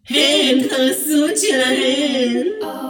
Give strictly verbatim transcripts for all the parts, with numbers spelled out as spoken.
הן הרסות שלהן.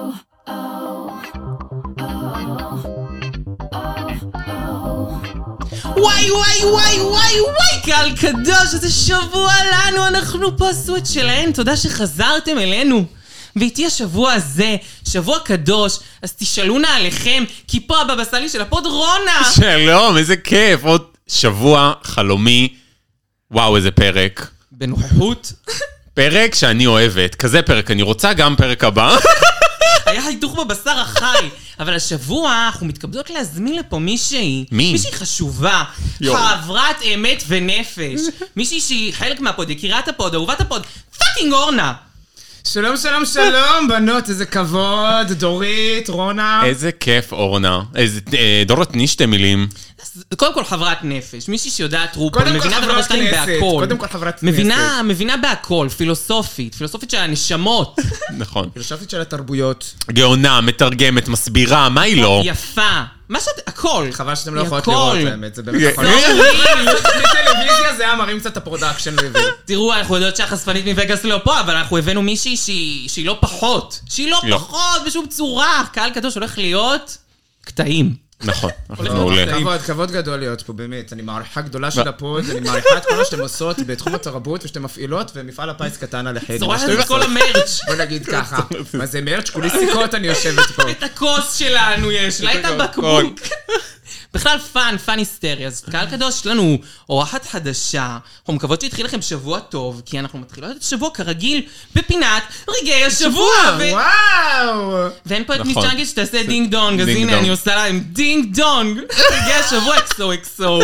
וואי וואי וואי וואי וואי קהל קדוש, איזה שבוע לנו, אנחנו פה הסוט שלהן, תודה שחזרתם אלינו. ואיתי השבוע הזה, שבוע קדוש, אז תשאלו נא עליכם, כי פה הבבא סאלי של הפוד רונה. שלום, איזה כיף, עוד שבוע חלומי, וואו איזה פרק. בנוכחות. פרק שאני אוהבת, כזה פרק, אני רוצה גם פרק הבא. היה חיתוך בבשר החי, אבל השבוע אנחנו מתכבדות להזמין לפה מישהי. מי? מישהי חשובה, חברת אמת ונפש. מישהי שהיא חלק מהפוד, יקירת הפוד, אהובת הפוד, פאקינג אורנה. שלום שלום שלום בנות, איזה כבוד, דורית, רונה. איזה כיף אורנה, איזה, אה, דורות תני שתי מילים. קודם כל חברת נפש, מישהי שיודעת רופול, קודם כל מבינה דבר חברת שתיים כנסת, בהכל. קודם כל חברת מבינה, כנסת. מבינה בהכל, פילוסופית, פילוסופית של הנשמות. נכון. פילוסופית של התרבויות. גאונה, מתרגמת, מסבירה, מה היא לא? יפה. מה שאת, הכל. חבל שאתם לא היא יכולות הכל. לראות האמת, זה באמת נכון. לא, אני- בטלוויזיה זה היה מרים קצת הפרודקשן והביא. תראו, אנחנו יודעות שהחשפנית מווגאס לא פה, אבל אנחנו הבאנו מישהי שהיא, שהיא לא פחות. שהיא לא, לא. פחות בשום צורה. קהל קדוש הולך להיות קטעים. נכון, אנחנו הולך מעולה. להיות כבוד, כבוד גדול להיות פה, באמת. אני מעריכה גדולה של הפוד, אני מעריכה את כל מה שאתם עושות בתחום התרבות ושאתם מפעילות, ומפעל הפיס קטן עליכם. צורחת את כל המרץ'. בוא נגיד ככה. מה זה מרץ'? כולי סיכות אני יושבת פה. את הכוס שלנו יש לה, את הבקבוק. בכלל פאן, פאן היסטרי. אז קהל קדוש, יש לנו אורחת חדשה. אנחנו מקוות שהתחיל לכם שבוע טוב, כי אנחנו מתחילות את השבוע כרגיל בפינת רגעי השבוע. ו- וואו! ואין פה את נכון. מיס צ'אנקי שתעשה דינג דונג, אז דינג הנה דונג. אני עושה להם דינג דונג. רגעי השבוע אקסו אקסו.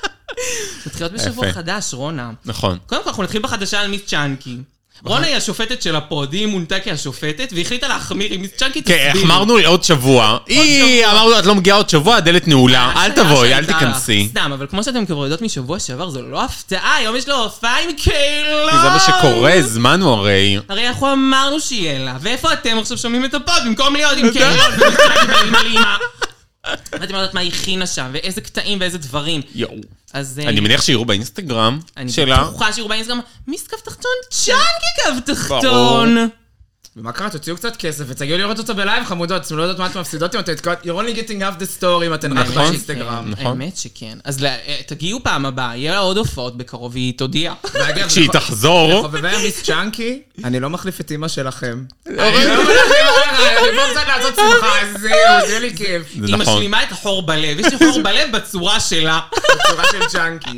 מתחילות בשבוע יפה. חדש, רונה. נכון. קודם כל אנחנו נתחיל בחדשה על מיס צ'אנקי. רונה היא השופטת של הפוד, היא מונתה כהשופטת, והחליטה להחמיר עם מיס צ'אנקי. כן, תסבירי. החמרנו עוד שבוע. היא, שבוע. אמרנו, את לא מגיעה עוד שבוע, הדלת נעולה. אל תבואי, אל שהייתה תיכנסי. לך. סתם, אבל כמו שאתם כבר יודעות משבוע שעבר, זו לא הפתעה, היום יש לו הופעה עם קהילה. כי זה מה שקורה, הזמנו הרי. הרי אנחנו אמרנו שיהיה לה, ואיפה אתם עכשיו שומעים את הפוד במקום להיות עם קהילה? ואתם יודעת מה היא הכינה שם, ואיזה קטעים ואיזה דברים. יואו. אז אני מניח שיראו באינסטגרם אני שלה. בטוחה שיראו באינסטגרם, מיס קו תחתון, צ'אנקי קו תחתון. ומה קרה? תוציאו קצת כסף ותגיעו לראות אותו בלייב, חמודות. אתם לא יודעות מה אתם מפסידות אם אתם... You're only getting half the story אם אתן רק נכון. באינסטגרם. נכון. האמת שכן. אז לה- תגיעו פעם הבאה, יהיה לה עוד הופעות בקרוב, היא תודיע. ואגב, כשהיא לח- תחזור. לחובבי המיס צ'אנקי, אני לא מחליף את אמא שלכם. אני לא מחליף אותה, אני בוא קצת לעשות שמחה, אז זהו, זה יהיה לי כיף. זה היא נכון. משלימה את החור בלב, יש לי חור בלב בצורה שלה. בצורה של צ'אנקי.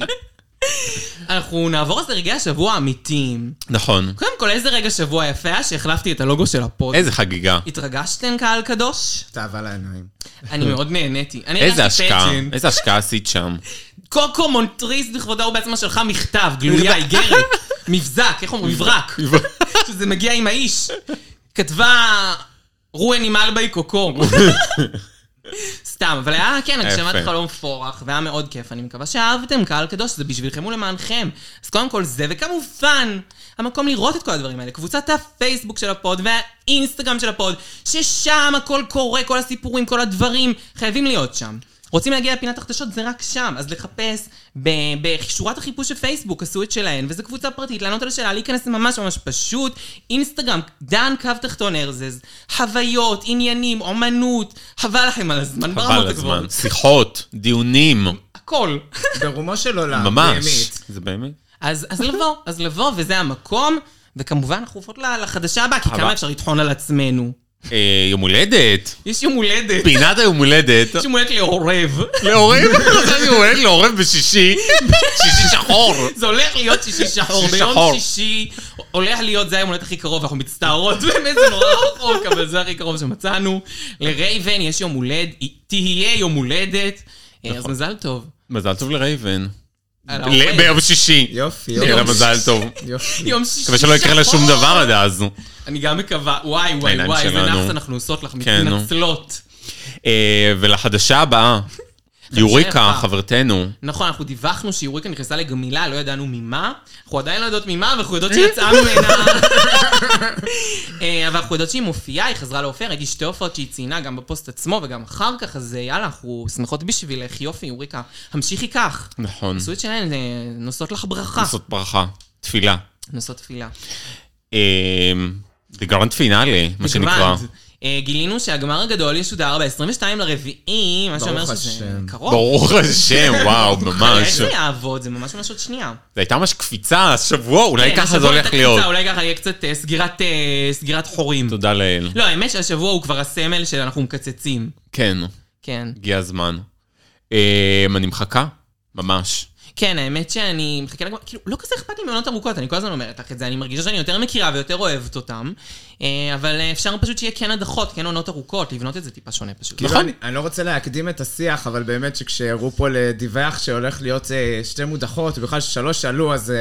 אנחנו נעבור אז לרגעי השבוע האמיתיים. נכון. קודם כל, איזה רגע שבוע יפה היה שהחלפתי את הלוגו של הפוד. איזה חגיגה. התרגשתן קהל קדוש? תאווה לעיניים. אני מאוד נהניתי. אני איזה הרגשתי השקעה. פג'נט. איזה השקעה עשית שם. קוקו מונטריס בכבודה הוא בעצמה שלחה מכתב, גלויה, איגרת, מבזק, איך אומרים? מברק. שזה מגיע עם האיש. כתבה רואן עם אלבי קוקו. סתם, אבל היה, כן, הגשמת יפה. חלום פורח, והיה מאוד כיף. אני מקווה שאהבתם, קהל קדוש, זה בשבילכם ולמענכם. אז קודם כל זה, וכמובן, המקום לראות את כל הדברים האלה, קבוצת הפייסבוק של הפוד והאינסטגרם של הפוד, ששם הכל קורה, כל הסיפורים, כל הדברים, חייבים להיות שם. רוצים להגיע לפינת החדשות, זה רק שם. אז לחפש ב- בשורת החיפוש של פייסבוק, עשו את שלהן, וזו קבוצה פרטית, לענות על השאלה, להיכנס ממש ממש פשוט. אינסטגרם, דן קו תחתון ארזז, חוויות, עניינים, אומנות, חבל לכם על הזמן, ברמות חבל הגבוהות. הזמן. שיחות, דיונים. הכל. ברומו של עולם, ממש. באמת. זה באמת. אז, אז לבוא, אז לבוא, וזה המקום, וכמובן אנחנו עופות ל- לחדשה הבאה, כי הבא. כמה אפשר לטחון על עצמנו. אה, יום הולדת. יש יום הולדת. פינת היום הולדת. יש יום הולדת לעורב. לעורב, יום הולדת לעורב בשישי. שישי שחור. זה הולך להיות שישי שחור, שישי ביום שחור. שישי הולך להיות, זה היום הולדת הכי קרוב, אנחנו מצטערות, באמת זה נורא רחוק, אבל זה הכי קרוב שמצאנו. לרייבן יש יום הולדת, תהיה יום הולדת, אז מזל טוב. מזל טוב לרייבן. על ל- ההולדת. ביום שישי. יופי, יהיה לה יופי. מזל טוב. יופי. יום שישי מקווה שלא יקרה לה שום שחור. דבר עד אז. אני גם מקווה, וואי וואי העיניים וואי, איזה שלנו. נחס אנחנו עושות לך, כן, נו. מתנצלות. אה, ולחדשה הבאה, יוריקה, יפה. חברתנו. נכון, אנחנו דיווחנו שיוריקה נכנסה לגמילה, לא ידענו ממה. אנחנו עדיין לא יודעות ממה, ואנחנו יודעות שהיא יצאה ממנה. אה, אבל אנחנו יודעות שהיא מופיעה, היא חזרה להופיע, ראיתי שתי הופעות שהיא ציינה גם בפוסט עצמו וגם אחר כך, אז יאללה, אנחנו שמחות בשבילך, יופי, יוריקה. המשיכי כך. נכון. עשו את שלהן, אה, נושאות לך ברכה. לעשות ברכה, תפילה. נושאות תפילה. The Grand Finale, מה שנקרא. גילינו שהגמר הגדול ישודר ב-עשרים ושניים לרביעי, מה שאומר שזה קרוב. ברוך השם, וואו, ממש. זה יעבוד, זה ממש ממש עוד שנייה. זה הייתה ממש קפיצה, השבוע, אולי ככה זה הולך להיות. אולי ככה יהיה קצת סגירת חורים. תודה לאל. לא, האמת שהשבוע הוא כבר הסמל שאנחנו מקצצים. כן. כן. הגיע הזמן. אני מחכה, ממש. כן, האמת שאני מחכה לגמר, כאילו, לא כזה אכפת לי מעונות ארוכות, אני כל הזמן אומרת לך את זה, אני מרגישה שאני יותר מכירה ויותר אוהבת אותם, אבל אפשר פשוט שיהיה כן הדחות, כן עונות ארוכות, לבנות את זה טיפה שונה פשוט. נכון. אני לא רוצה להקדים את השיח, אבל באמת שכשהראו פה לדיווח שהולך להיות שתי מודחות, ובכלל ששלוש עלו, אז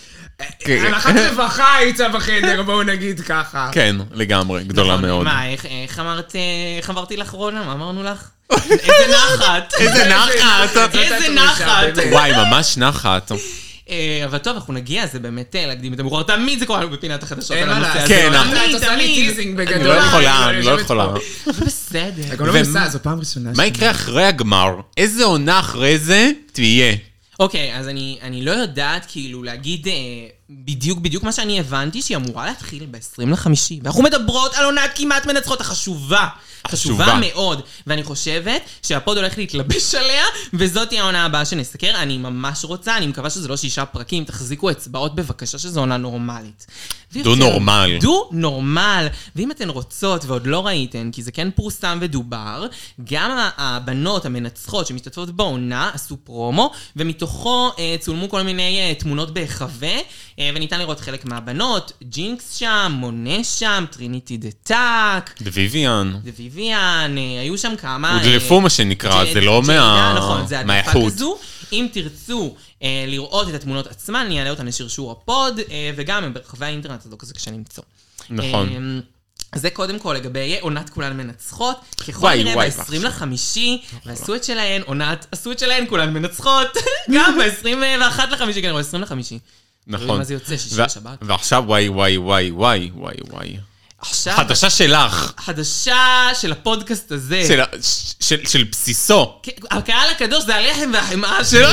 הלכת רווחה הייתה בחדר, בואו נגיד ככה. כן, לגמרי, גדולה מאוד. מה, איך אמרת, איך עברתי לאחרונה? מה אמרנו לך? איזה נחת. איזה נחת. איזה נחת. וואי, ממש נחת. אבל טוב, אנחנו נגיע, זה באמת להקדים את המאוחר. תמיד זה קורה לנו בפינת החדשות על הנושא הזה. כן, תמיד, תמיד. אני לא יכולה, אני לא יכולה. זה בסדר. גם לא מסע, זו פעם ראשונה. מה יקרה אחרי הגמר? איזה עונה אחרי זה תהיה? אוקיי, אז אני לא יודעת כאילו להגיד בדיוק בדיוק מה שאני הבנתי, שהיא אמורה להתחיל ב-עשרים לחמישי. ואנחנו מדברות על עונת כמעט מנצחות החשובה. חשובה מאוד, ואני חושבת שהפוד הולך להתלבש עליה, וזאת היא העונה הבאה שנסקר. אני ממש רוצה, אני מקווה שזה לא שישה פרקים, תחזיקו אצבעות בבקשה שזו עונה נורמלית. דו נורמל. דו נורמל. ואם אתן רוצות ועוד לא ראיתן, כי זה כן פורסם ודובר, גם הבנות המנצחות שמשתתפות בעונה עשו פרומו, ומתוכו צולמו כל מיני תמונות בהחווה, וניתן לראות חלק מהבנות, ג'ינקס שם, מונה שם, טריניטי דה טאק, דוויביאן. דוויביאן, היו שם כמה... הודלפו מה שנקרא, זה לא מה... נכון, זה הדלפה כזו. אם תרצו לראות את התמונות עצמן, אני אעלה אותן לשרשור הפוד, וגם ברחבי האינטרנט, זה לא כזה קשה למצוא. נכון. אז זה קודם כל לגבי עונת כולן מנצחות, ככל נראה ב-עשרים לחמישי, ועשו את שלהן, עונת, עשו את שלהן כולן מנצחות, גם ב-עשרים ואחת לחמישי, כן, או עשרים לחמישי. נכון. מה זה יוצא, שישי לשבת. ועכשיו וואי וואי וואי וואי וואי וואי. עכשיו... חדשה שלך. חדשה של הפודקאסט הזה. של בסיסו. הקהל הקדוש זה הלחם והחמאה שלו.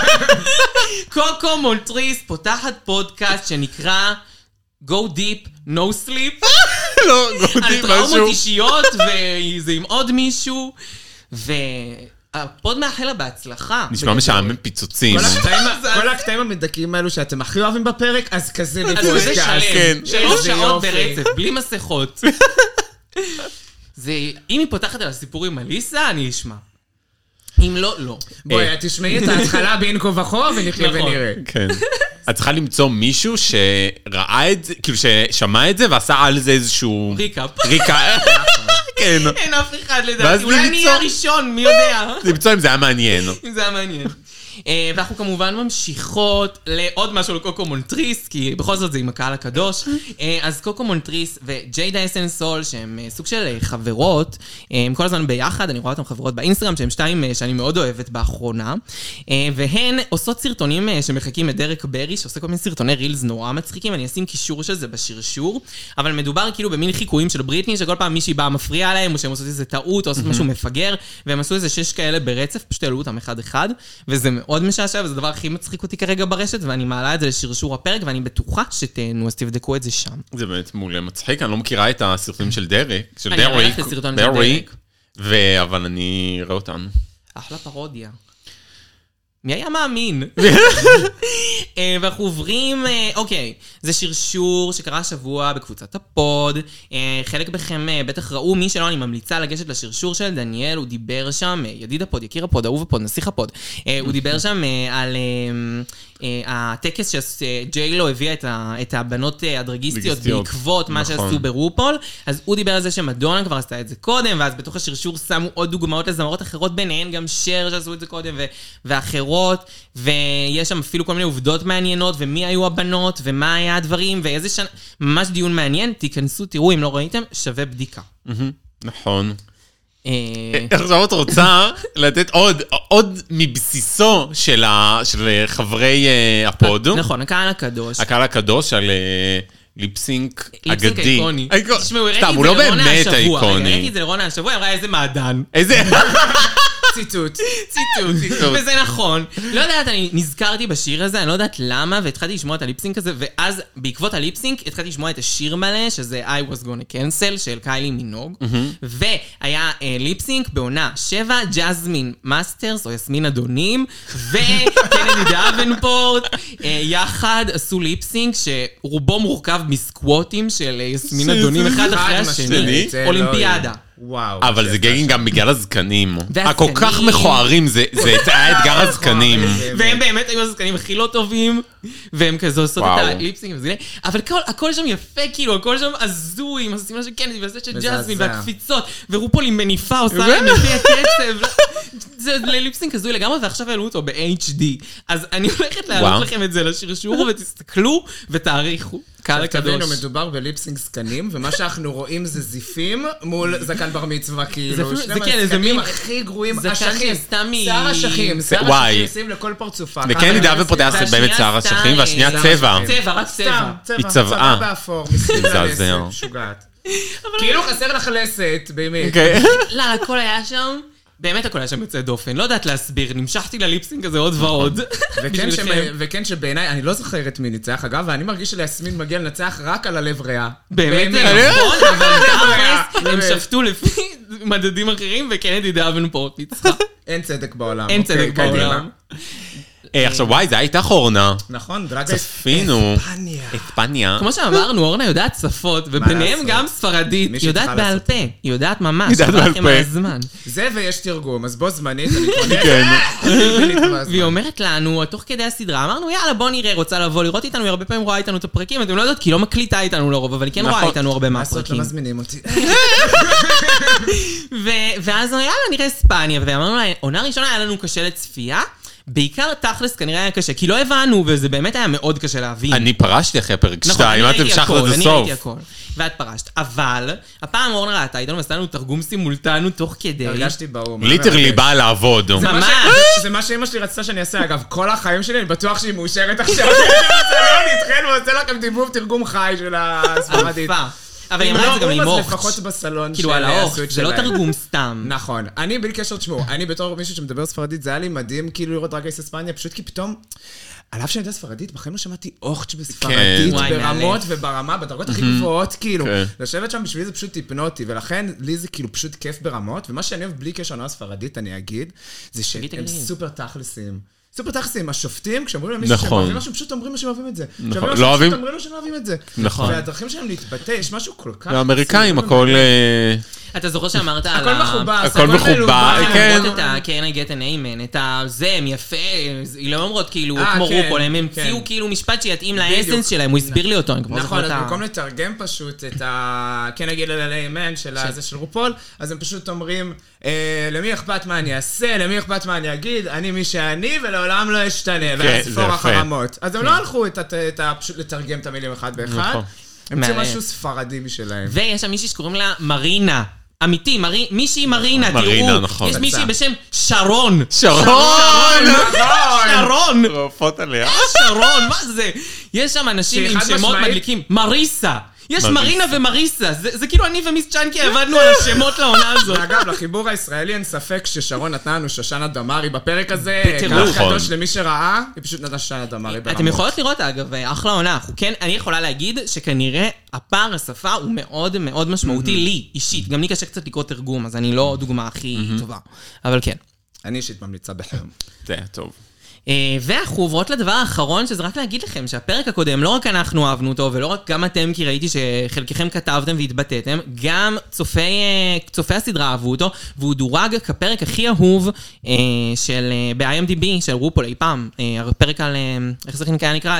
קוקו מונטריס פותחת פודקאסט שנקרא Go Deep, No Sleep. לא, Go Deep משהו. על טראומות אישיות, וזה עם עוד מישהו. והפוד מאחל לה בהצלחה. נשמע משעמם פיצוצים. כל הקטעים המדכאים האלו שאתם הכי אוהבים בפרק, אז כזה בפודקאסט. אז זה שלם. שלוש שעות ברצף, בלי מסכות. אם היא פותחת על הסיפור עם אליסה, אני אשמע. אם לא, לא. בואי, תשמעי את ההתחלה בין כה וכה, ונחיה ונראה. כן. את צריכה למצוא מישהו שראה את זה, כאילו ששמע את זה, ועשה על זה איזשהו... ריקאפ. ריקאפ. כן. אין אף אחד לדעתי. אולי אני אהיה הראשון, מי יודע. למצוא אם זה היה מעניין. אם זה היה מעניין. ואנחנו כמובן ממשיכות לעוד משהו לקוקו מונטריס, כי בכל זאת זה עם הקהל הקדוש. אז קוקו מונטריס וג'יידה אסנסול, שהם סוג של חברות, הם כל הזמן ביחד, אני רואה אותם חברות באינסטגרם, שהם שתיים שאני מאוד אוהבת באחרונה, והן עושות סרטונים שמחכים את דרק ברי, שעושה כל מיני סרטוני רילס נורא מצחיקים, אני אשים קישור של זה בשרשור, אבל מדובר כאילו במין חיקויים של בריטני, שכל פעם מישהי באה מפריעה להם, או שהם עושות איזה טעות, או עושות משהו מפגר, והם עשו איזה שש כאלה ברצף, פשוט העלו אותם אחד אחד, וזה מאוד משעשע, וזה הדבר הכי מצחיק אותי כרגע ברשת, ואני מעלה את זה לשרשור הפרק, ואני בטוחה שתהנו, אז תבדקו את זה שם. זה באמת מעולה מצחיק, אני לא מכירה את הסרטונים של דרק, של אני אראה לך את הסרטון של דרק. אבל אני אראה אותנו. אחלה פרודיה. מי היה מאמין? ואנחנו עוברים, אוקיי, זה שרשור שקרה השבוע בקבוצת הפוד, חלק בכם בטח ראו, מי שלא, אני ממליצה לגשת לשרשור של דניאל, הוא דיבר שם, ידיד הפוד, יקיר הפוד, אהוב הפוד, נסיך הפוד, הוא דיבר שם על הטקס שג'יילו הביאה את הבנות הדרגיסטיות בעקבות מה שעשו ברופול, אז הוא דיבר על זה שמדונה כבר עשתה את זה קודם, ואז בתוך השרשור שמו עוד דוגמאות לזמרות אחרות, ביניהן גם שר שעשו את זה קודם, ואחרות, ויש שם אפילו כל מיני עובדות מעניינות, ומי היו הבנות, ומה היה הדברים, ואיזה שנה, ממש דיון מעניין, תיכנסו, תראו, אם לא ראיתם, שווה בדיקה. נכון. עכשיו את רוצה לתת עוד, עוד מבסיסו של חברי הפוד. נכון, הקהל הקדוש. הקהל הקדוש על ליפסינק אגדי. ליפסינק איקוני. סתם, הוא לא באמת האיקוני. ראיתי את זה לרונה השבוע, היא אמרה איזה מעדן. איזה... ציטוט. ציטוט. וזה נכון. לא יודעת, אני נזכרתי בשיר הזה, אני לא יודעת למה, והתחלתי לשמוע את הליפסינק הזה, ואז בעקבות הליפסינק התחלתי לשמוע את השיר מלא, שזה I was gonna cancel, של קיילי מינוג, והיה ליפסינק בעונה שבע, ג'זמין מאסטרס, או יסמין אדונים, וקנדי דאבנפורט, יחד עשו ליפסינק, שרובו מורכב מסקווטים של יסמין אדונים, אחד אחרי השני, אולימפיאדה. וואו. אבל זה גגים גם בגלל הזקנים. הכל כך מכוערים, זה היה אתגר הזקנים. והם באמת היו הזקנים הכי לא טובים, והם כזה עושות את הליפסינג וזה. אבל הכל שם יפה, כאילו, הכל שם הזוי, עם הסימה של קנדי, והזה של ג'זמין, והקפיצות, ורופול עם מניפה, עושה להם לפי הקצב. זה לליפסינג הזוי לגמרי, ועכשיו העלו אותו ב-אייץ' די. אז אני הולכת להעלות לכם את זה לשרשור, ותסתכלו ותעריכו. קהל הקדוש. תבינו, מדובר בליפסינג זקנים, ומה שאנחנו רואים זה זיפים מול זקן בר מצווה, כאילו. זה כן, איזה מין... הכי גרועים, אשכים. שיער אשכים, שיער אשכים עושים לכל פרצופה. וקנדי דאבנפורט היה באמת שיער אשכים, והשנייה צבע. צבע, רק צבע. היא צבעה. צבע באפור, מסכים ללסת, משוגעת. כאילו חסר לך לסת, באמת. לא, הכל היה שם. באמת הכל היה שם יוצא דופן, לא יודעת להסביר, נמשכתי לליפסינג הזה עוד ועוד. וכן שבעיניי, אני לא זוכרת מי ניצח, אגב, ואני מרגיש שליסמין מגיע לנצח רק על הלב ריאה. באמת, נכון, אבל תכלס, הם שפטו לפי מדדים אחרים, וקנדי דאבנפורט ניצחה. אין צדק בעולם. אין צדק בעולם. עכשיו וואי, זה הייתה אורנה. נכון, דרגה צפינו. אספניה. כמו שאמרנו, אורנה יודעת שפות, וביניהם גם ספרדית. יודעת בעל פה. היא יודעת ממש. יודעת בעל פה. זה ויש תרגום, אז בוא זמנית, אני קונה. והיא אומרת לנו, תוך כדי הסדרה, אמרנו, יאללה, בוא נראה, רוצה לבוא לראות איתנו, היא הרבה פעמים רואה איתנו את הפרקים, אתם לא יודעות, כי היא לא מקליטה איתנו לרוב, אבל היא כן רואה איתנו הרבה מהפרקים. לא מזמינים אותי. ואז יאללה, נראה אספניה, ואמרנו לה, עונה ראשונה היה לנו קשה לצפייה, בעיקר תכלס כנראה היה קשה, כי לא הבנו, וזה באמת היה מאוד קשה להבין. אני פרשתי אחרי פרק שתיים, את המשכת לזה סוף. אני ראיתי הכל, ואת פרשת. אבל, הפעם אורנה ראתה איתנו, ועשתה לנו תרגום סימולטנו תוך כדי. הרגשתי באום. ליטרלי באה לעבוד. ממש. זה מה שאמא שלי רצתה שאני אעשה, אגב, כל החיים שלי, אני בטוח שהיא מאושרת עכשיו. אני אתכן ועושה לכם דיבוב תרגום חי של הספרדית. אבל היא אמרה את זה גם עם אורץ'. לפחות בסלון כאילו על האורץ', זה לא תרגום סתם. נכון. אני בלי קשר, תשמעו, אני בתור מישהו שמדבר ספרדית, זה היה לי מדהים כאילו לראות דרג רייס אספניה, פשוט כי פתאום, על אף שאני יודע ספרדית, בחיים לא שמעתי אורץ' בספרדית, ברמות וברמה, בדרגות הכי גבוהות, כאילו. לשבת שם בשבילי זה פשוט היפנוטי, ולכן לי זה כאילו פשוט כיף ברמות, ומה שאני אוהב בלי קשר ספרדית, אני אגיד, זה שהם סופר תכלסים. סופר תכלסים, השופטים, כשאומרים למישהו שהם אוהבים משהו, פשוט אומרים שהם אוהבים את זה. לא אוהבים? אומרים לו שהם אוהבים את זה. נכון. והדרכים שלהם להתבטא, יש משהו כל כך... האמריקאים, הכל... אתה זוכר שאמרת על הכל מחובה. הכל מחובה, כן. את ה-Can I get an amen, את זה, הם יפה, היא לא אומרות כאילו, כמו רופול, הם המציאו כאילו משפט שיתאים לאסנס שלהם, הוא הסביר לי אותו. נכון, אז במקום לתרגם פשוט את ה-Can I get an amen של הזה של רופול, אז הם פשוט אומרים, למי אכפת מה אני אעשה, למי אכפת מה אני אגיד, אני מי שאני ולעולם לא אשתנה, והספור החרמות. אז הם לא הלכו פשוט לתרגם את המילים אחד באחד, הם צריכים משהו ספרדי משלהם. ויש שם מישהי שקוראים לה מרינה. אמיתי, מישהי מרינה, תראו, יש מישהי בשם שרון. שרון! שרון! רופאות עליה. שרון, מה זה? יש שם אנשים עם שמות מדליקים. מריסה. יש מרינה ומריסה, זה כאילו אני ומיס צ'אנקי עבדנו על השמות לעונה הזאת. אגב, לחיבור הישראלי אין ספק ששרון נתנה לנו שושנה דמארי בפרק הזה, קהל קדוש למי שראה, היא פשוט נתנה שושנה דמארי ברמות. אתם יכולות לראות, אגב, אחלה עונה, אני יכולה להגיד שכנראה הפער השפה הוא מאוד מאוד משמעותי לי, אישית, גם לי קשה קצת לקרוא תרגום, אז אני לא דוגמה הכי טובה, אבל כן. אני אישית ממליצה בחיים. זה טוב. ואנחנו עוברות לדבר האחרון, שזה רק להגיד לכם שהפרק הקודם, לא רק אנחנו אהבנו אותו, ולא רק גם אתם, כי ראיתי שחלקכם כתבתם והתבטאתם, גם צופי, צופי הסדרה אהבו אותו, והוא דורג כפרק הכי אהוב של, ב-איי אם די בי של רופול אי פעם, הפרק על, איך זה נקרא,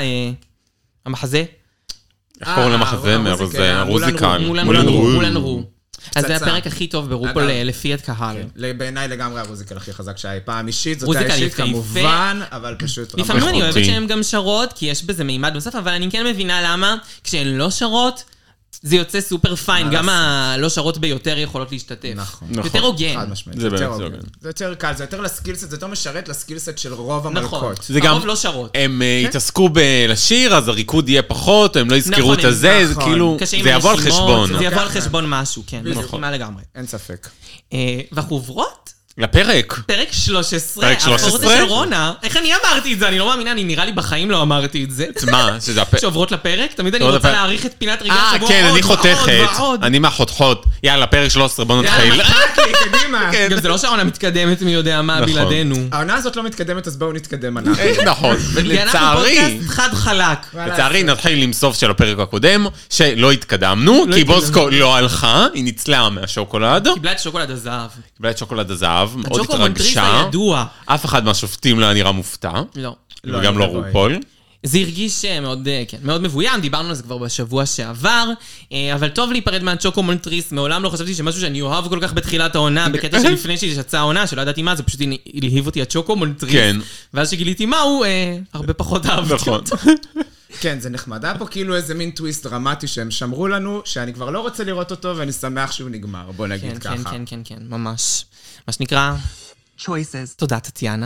המחזה? איך קוראים למחזה? מוזיקל. מולן רו. אז זה הפרק הכי טוב ברופול לפי הקהל. בעיניי לגמרי המוזיקל הכי חזק שהיה פעם אישית, זאת האישית כמובן, אבל פשוט... לפעמים אני אוהבת שהן גם שרות, כי יש בזה מימד נוסף, אבל אני כן מבינה למה כשהן לא שרות, זה יוצא סופר פיין, גם הלא שרות ביותר יכולות להשתתף. נכון. יותר הוגן. זה יותר הוגן. זה יותר קל, זה יותר לסקילסט, זה יותר משרת לסקילסט של רוב המלכות. הרוב לא שרות. הם יתעסקו לשיר, אז הריקוד יהיה פחות, הם לא יזכרו את הזה, זה כאילו, זה יבוא על חשבון. זה יבוא על חשבון משהו, כן. אין ספק. ואנחנו עוברות לפרק. פרק שלוש עשרה, פרק שלוש עשרה? הפורטה של רונה. איך אני אמרתי את זה? אני לא מאמינה, אני נראה לי בחיים לא אמרתי את זה. מה? שזה הפרק? שעוברות לפרק? תמיד אני רוצה להעריך את פינת רגע אה, שבוע כן, עוד אני חותכת. ועוד ועוד. אני מהחותכות. יאללה, פרק שלוש עשרה, בוא נתחיל. יאללה, לי, קדימה. גם זה לא שהעונה מתקדמת מי יודע מה נכון. בלעדינו. העונה הזאת לא מתקדמת, אז בואו נתקדם אנחנו. נכון, כי אנחנו ולצערי, פודקאסט חד חלק. לצערי נתחיל עם סוף של הפרק הקודם, שלא התקדמנו, כי התקדמנו. בוסקו לא הלכה, היא ניצלה מהשוקולד, קיבלה את שוקולד הזהב. קיבלה את שוקולד הזהב, מאוד הצ'וקו מונטריס התרגשה. הידוע. אף אחד מהשופטים לא היה נראה מופתע, לא. וגם לא לא, רופול. זה הרגיש אה, מאוד, אה, כן, מאוד מבוים, דיברנו על זה כבר בשבוע שעבר, אה, אבל טוב להיפרד מהצ'וקו מונטריס, מעולם לא חשבתי שמשהו שאני אוהב כל כך בתחילת העונה, בקטע שלפני שיצאה העונה, שלא ידעתי מה, זה פשוט הלהיב אותי הצ'וקו מונטריס, כן. ואז שגיליתי מהו, אה, הרבה פחות אהבתי נכון. אותו. כן, זה נחמד. היה פה כאילו איזה מין טוויסט דרמטי שהם שמרו לנו, שאני כבר לא רוצה לראות אותו, ואני שמח שהוא נגמר, בוא כן, נגיד כן, ככה. כן, כן, כן, ממש. מה שנקרא... choices. תודה, טטיאנה.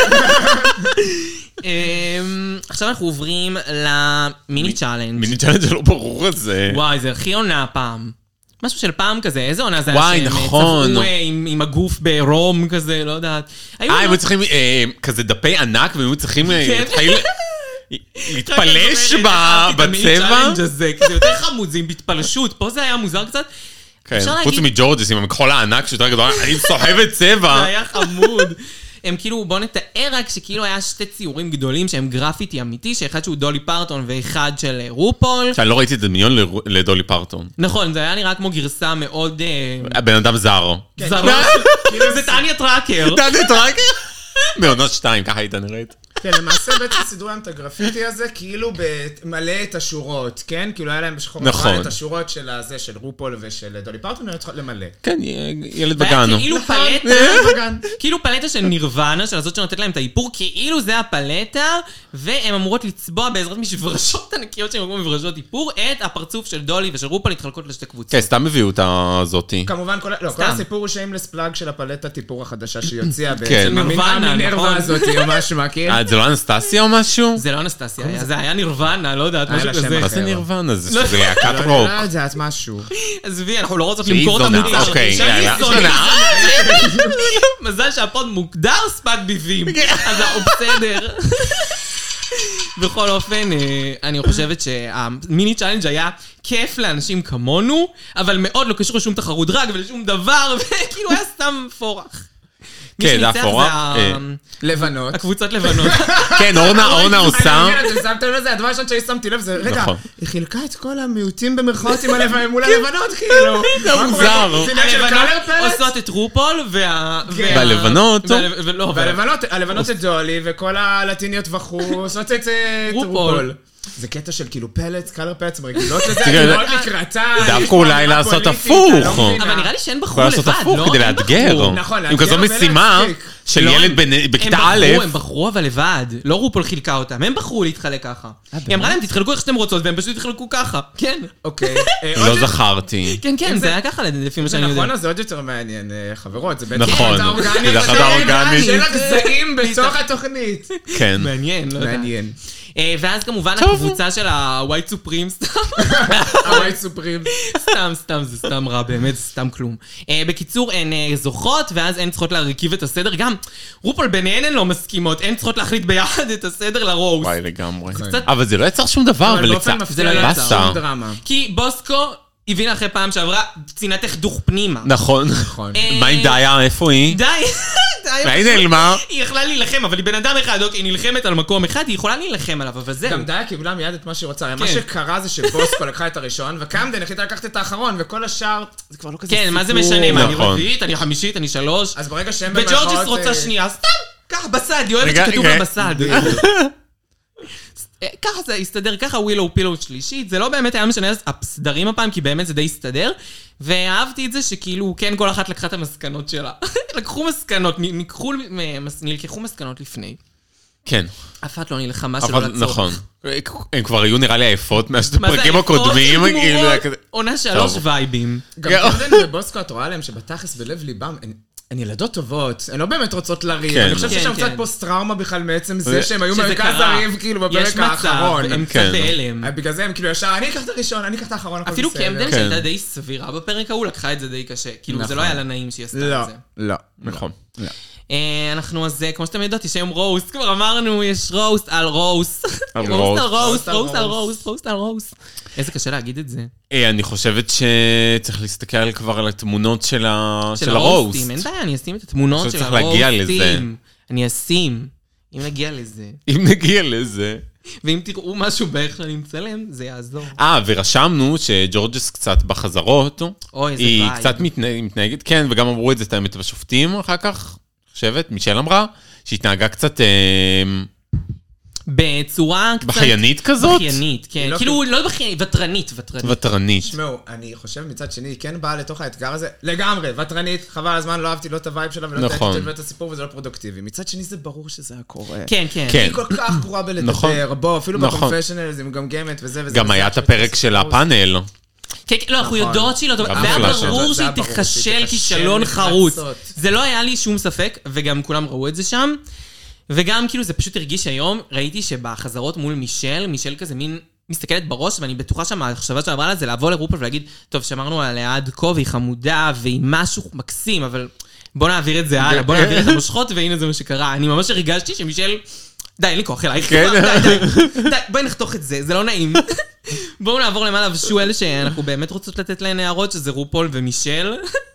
אמ, עכשיו אנחנו עוברים למיני צ'אלנג'. מיני צ'אלנג' זה לא ברור את זה. וואי, זה הכי עונה פעם. משהו של פעם כזה, איזה עונה זה היה וואי, שהם נכון. צבעו אה, עם עם הגוף ברום כזה, לא יודעת. היו אה, הם עונות- היו צריכים אה, כזה דפי ענק, והם היו צריכים אה, כן. להתחיל להתפלש רק אני ב- אומרת, אהבתי את המיני בצבע. צ'אלנג' הזה, כי זה יותר חמוד, זה עם בהתפלשות. פה זה היה מוזר קצת. כן, אפשר חוץ להגיד- מג'ורג'ס עם המכחול הענק שיותר גדול, אני סוחבת צבע. זה היה חמוד. הם כאילו, בוא נתאר רק שכאילו היה שתי ציורים גדולים שהם גרפיטי אמיתי, שאחד שהוא דולי פרטון ואחד של אה, רופול. שאני לא ראיתי את הדמיון לרו- לדולי פרטון. נכון, זה היה נראה כמו גרסה מאוד... אה, הבן אדם זר. זרה. זה טניה טראקר. דני טראקר? בעונות שתיים, ככה הייתה נראית. כן, למעשה בעצם סידרו להם את הגרפיטי הזה, כאילו מלא את השורות, כן? כאילו היה להם בשחור נכון. לבן את השורות של הזה, של רופול ושל דולי פרטון, היו צריכות למלא. כן, ילד והיה בגן. כאילו נכון. פלטה, כאילו פלטה של נירוונה, של הזאת שנותנת להם את האיפור, כאילו זה הפלטה, והן אמורות לצבוע בעזרת מברשות ענקיות שהן אמורות מברשות איפור, את הפרצוף של דולי ושל רופול להתחלקות לשתי קבוצות. כן, סתם הביאו את הזאתי. כמובן, כל, לא, כל סתם. הסיפור הוא שיימלס פלאג של הפלטה טיפור החדשה שהיא הוציאה כן. בעצם. נירוונה, המינרווה נכון. הזאת, או משהו, מכיר? אה, זה לא אנסטסיה או משהו? זה לא אנסטסיה, היה- זה היה נירוונה, לא יודעת, היה משהו לה שם כזה. מה אחר. זה נירוונה? זה לא. שזה להקת לא, רוק. לא יודעת, משהו. עזבי, אנחנו לא רוצות שהיא למכור את זונה, המוצר. אוקיי, שאני יאללה. זונה. מזל שהפוד מוגדר ספק ביבים, אז הוא בסדר. בכל אופן, אה, אני חושבת שהמיני צ'אלנג' היה כיף לאנשים כמונו, אבל מאוד לא קשור לשום תחרות דרג ולשום דבר, וכאילו היה סתם פורח. מי כן, זה שניצח הפורח. ה- אה. לבנות. הקבוצות לבנות. כן, אורנה, אורנה עושה. אני מבין, אתם שמתם לזה, הדבר הראשון שאני שמתי לב זה, רגע, נכון. היא חילקה את כל המיעוטים במרכאות עם הלבנות, מול הלבנות, כאילו. זה מוזר. זה עניין של הלבנות קלר פלט? עושות את רופול, וה... כן. וה- והלבנות? וה- ולא, וה- והלבנות, הלבנות את דולי, וכל הלטיניות וכו', עושות את אה, את רופול. רופול. זה קטע של כאילו פלץ, קלר פלץ, הם רגילות לזה, תראה, אני מאוד לקראתה. דווקא יש פה אולי אמירה לעשות פוליטית, הפוך. אני לא מבינה. אבל נראה לי שהן בחרו יכולה לעשות לבד, הפוך לא? כדי הן לאתגר. בחרו. נכון, עם לאתגר כזו ולהצחיק. משימה של לא, ילד הם- בנ- בכיתה הם א'. בחרו, הם בחרו אבל לבד. לא רופול חילקה אותם, הם בחרו להתחלק ככה. היא אמרה להם, תתחלקו איך שאתם רוצות, והם פשוט התחלקו ככה. כן. אוקיי. אה, לא עוד- כן, זכרתי. כן, אם זה זה- היה ככה לפי מה זה שאני נכון, יודע. אז זה עוד יותר מעניין, אה, חברות. זה בעצם נכון. החלטה אורגנית. זה החלטה אורגנית. של הגזעים בתוך התוכנית. כן. מעניין, לא יודע. מעניין. אה, ואז כמובן הקבוצה של ה-white supreme, סתם, הווייט סופרים. סתם, סתם, זה סתם רע, באמת, זה סתם כלום. אה, בקיצור, הן אה, זוכות, ואז הן צריכות להרכיב את הסדר. גם רופול ביניהן הן לא מסכימות, הן צריכות להחליט ביחד את הסדר לרוסט. וואי, לגמרי. קצת- אבל זה לא יצר שום דבר, אבל באופן ולצע... מפתיע לא לא יצר. יצר שום דרמה. כי בוסקו הבינה אחרי פעם שעברה, צינתך דוך פנימה. נכון. נכון. אה, מה עם דיה? איפה היא? די, די. והיא נעלמה. היא יכלה להילחם, אבל היא בן אדם אחד, אוקיי, היא נלחמת על מקום אחד, היא יכולה להילחם עליו, אבל זהו. גם דיה קיבלה מיד את מה שהיא רוצה. מה כן. שקרה זה שבוסקו לקחה את הראשון, וקמדן החליטה לקחת את האחרון, וכל השאר, זה כבר לא כזה כן, מה זה סיפור. משנה? מה, אני נכון. רביעית, אני חמישית, אני שלוש. אז ברגע שהם וג'ורג'ס רוצה אה, שנייה, סתם, ככה בסד, היא אוהבת רגע, שכתוב רגע. לה בסד. אה, ככה זה הסתדר, ככה ווילו פילו שלישית, זה לא באמת היה משנה הסדרים הפעם, כי באמת זה די הסתדר, ואהבתי את זה שכאילו, כן, כל אחת לקחה את המסקנות שלה. לקחו מסקנות, נ- ניקחו, מס- נלקחו מסקנות לפני. כן. אף אחד לא נלחמה שלא אבל לצורך. נכון. הם כבר היו נראה לי עייפות מה זה מהפרקים עייפות? הקודמים. הן כאילו, גמורות. היה כזה- עונה שלוש טוב. וייבים. גם כן. קמדן ובוסקו, את רואה להם שבתכלס בלב ליבם, הן- הן ילדות טובות, הן לא באמת רוצות לריב. כן. אני חושב כן, שיש שם כן. קצת פוסט-טראומה בכלל מעצם זה ו- שהם היו שזה מרכז קרה. הריב כאילו בפרק יש האחרון. מצב, הם קצת כן. בהלם. בגלל זה הם כאילו ישר, אני אקח את הראשון, אני אקח את האחרון, הכל אפילו בסדר. קמדן כן. שהייתה די סבירה בפרק ההוא, לקחה את זה די קשה. כאילו, זה נכון. לא היה לה נעים שהיא עשתה לא, את זה. לא. נכון. לא. אה, אנחנו אז, כמו שאתם יודעות, יש היום רוסט, כבר אמרנו, יש רוסט על רוסט. על רוסט על רוסט. רוסט, רוסט על רוסט, רוסט על רוסט. איזה קשה להגיד את זה. אה, אני חושבת שצריך להסתכל כבר על התמונות של ה- של של הרוסט. הרוסטים, אין בעיה, אני אשים את התמונות חושב של שצריך להגיע הרוסטים. לזה. אני אשים, אם נגיע לזה. אם נגיע לזה. ואם תראו משהו באיך שאני מצלם, זה יעזור. אה, ורשמנו שג'ורג'ס קצת בחזרות, אוי, איזה היא וייב. קצת מתנה- מתנהגת, כן, וגם אמרו את זה, את האמת, בשופטים אחר כך, חושבת, מישל אמרה, שהתנהגה קצת אה, בצורה קצת... בחיינית כזאת? בחיינית, כן. לא כאילו, לא בחיינית, ותרנית, ותרנית. ותרנית. תשמעו, אני חושב מצד שני, היא כן באה לתוך האתגר הזה, לגמרי, ותרנית, חבל הזמן, לא אהבתי לא את הווייב שלה, ולא נכון. את הסיפור, וזה לא פרודוקטיבי. מצד שני, זה ברור שזה היה קורה. כן, כן. כן. היא כל כך גרועה נכון. בלדבר, בוא, אפילו נכון. בקונפשיונל, זה מגמגמת וזה וזה. גם וזה, היה את עכשיו הפרק זה של סיפור. הפאנל. כן, כן, לא, אנחנו נכון. יודעות שהיא לא טובה. גם זה היה מוחלשת. ברור זה שהיא היה ברור תיכשל שהיא כישלון תיכשל חרוץ. נחרצות. זה לא היה לי שום ספק, וגם כולם ראו את זה שם. וגם כאילו זה פשוט הרגיש היום, ראיתי שבחזרות מול מישל, מישל כזה מין מסתכלת בראש, ואני בטוחה שהמחשבה שלה עברה לה זה לבוא לרופול ולהגיד, טוב, שמרנו עליה עד כה, והיא חמודה, והיא משהו מקסים, אבל בוא נעביר את זה הלאה, בוא נעביר את המושכות, והנה זה מה שקרה. אני ממש הרגשתי שמישל, די, אין לי כוח אלייך, כן. די, די, די, בואי נחתוך את זה, זה לא נעים. בואו נעבור למעלה ושואל שאנחנו באמת רוצות לתת להן הערות, שזה רופול ומישל.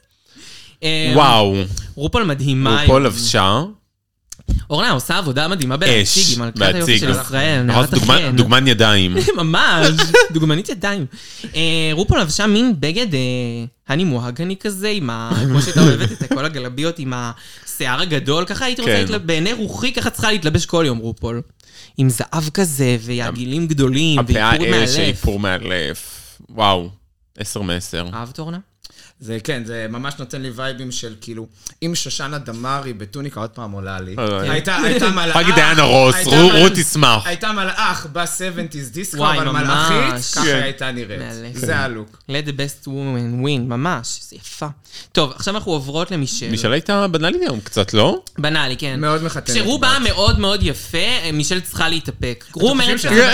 וואו. רופול מדהימה. רופול לבשה. אורנה עושה עבודה מדהימה בלהציג, אש, עם מלכת היופי בהציג. של ישראל, ממש נערת דוגמן- החן. דוגמן ידיים. ממש, דוגמנית ידיים. אה, רופול לבשה מין בגד אה, הני מוהגני כזה, עם ה... כמו שהייתה אוהבת את כל הגלביות, עם השיער הגדול, ככה הייתי רוצה כן. להתלבש, בעיני רוחי ככה צריכה להתלבש כל יום רופול. עם זהב כזה, ויעגילים גדולים, הפאה ואיפור אש, מאלף. איפור מאלף. וואו. עשר מעשר. אהבת אורנה? זה כן, זה ממש נותן לי וייבים של כאילו, אם שושנה דמארי בטוניקה עוד פעם עולה לי. אוי. הייתה הייתה מלאך. רק דיאנה רוס, הייתה רו- מל- רות תשמח. הייתה מלאך ב-שבעים דיסקו, וואי, אבל ממש. מלאכית, ככה כן. היא הייתה נראית. מאלף. זה הלוק. let the best woman win, ממש, זה יפה. טוב, עכשיו אנחנו עוברות למישל. מישל הייתה בנאלי היום קצת, לא? בנאלי, כן. מאוד מחתנת. כשרו בא מאוד מאוד יפה, מישל צריכה להתאפק. רו אומרת חושב שזה...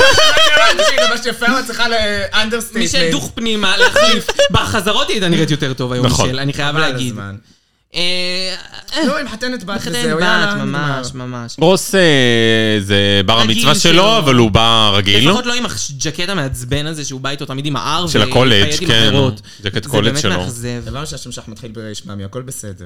שהיא לבשת יפה, אבל צריכה לאנדרסטייטמנט. מישל דוך פנימה, להחליף. בחזרות היא הייתה נראית יותר טוב היום, נכון. מישל, אני חייב להגיד. אה, לא, היא מחתנת בת מחתן וזהו, בת, יאללה, ממש, נגמר. ממש. רוס אה, זה בר רגיל המצווה שלו. שלו, אבל הוא בא רגיל. לפחות לא עם הג'קט המעצבן הזה, שהוא בא איתו תמיד עם האר. של הקולג', ויפייד עם כן. אחרות. ג'קט קולג' זה שלו. באמת מאכזב. הבנו שהשם שלך מתחיל בריש מאמי, הכל בסדר.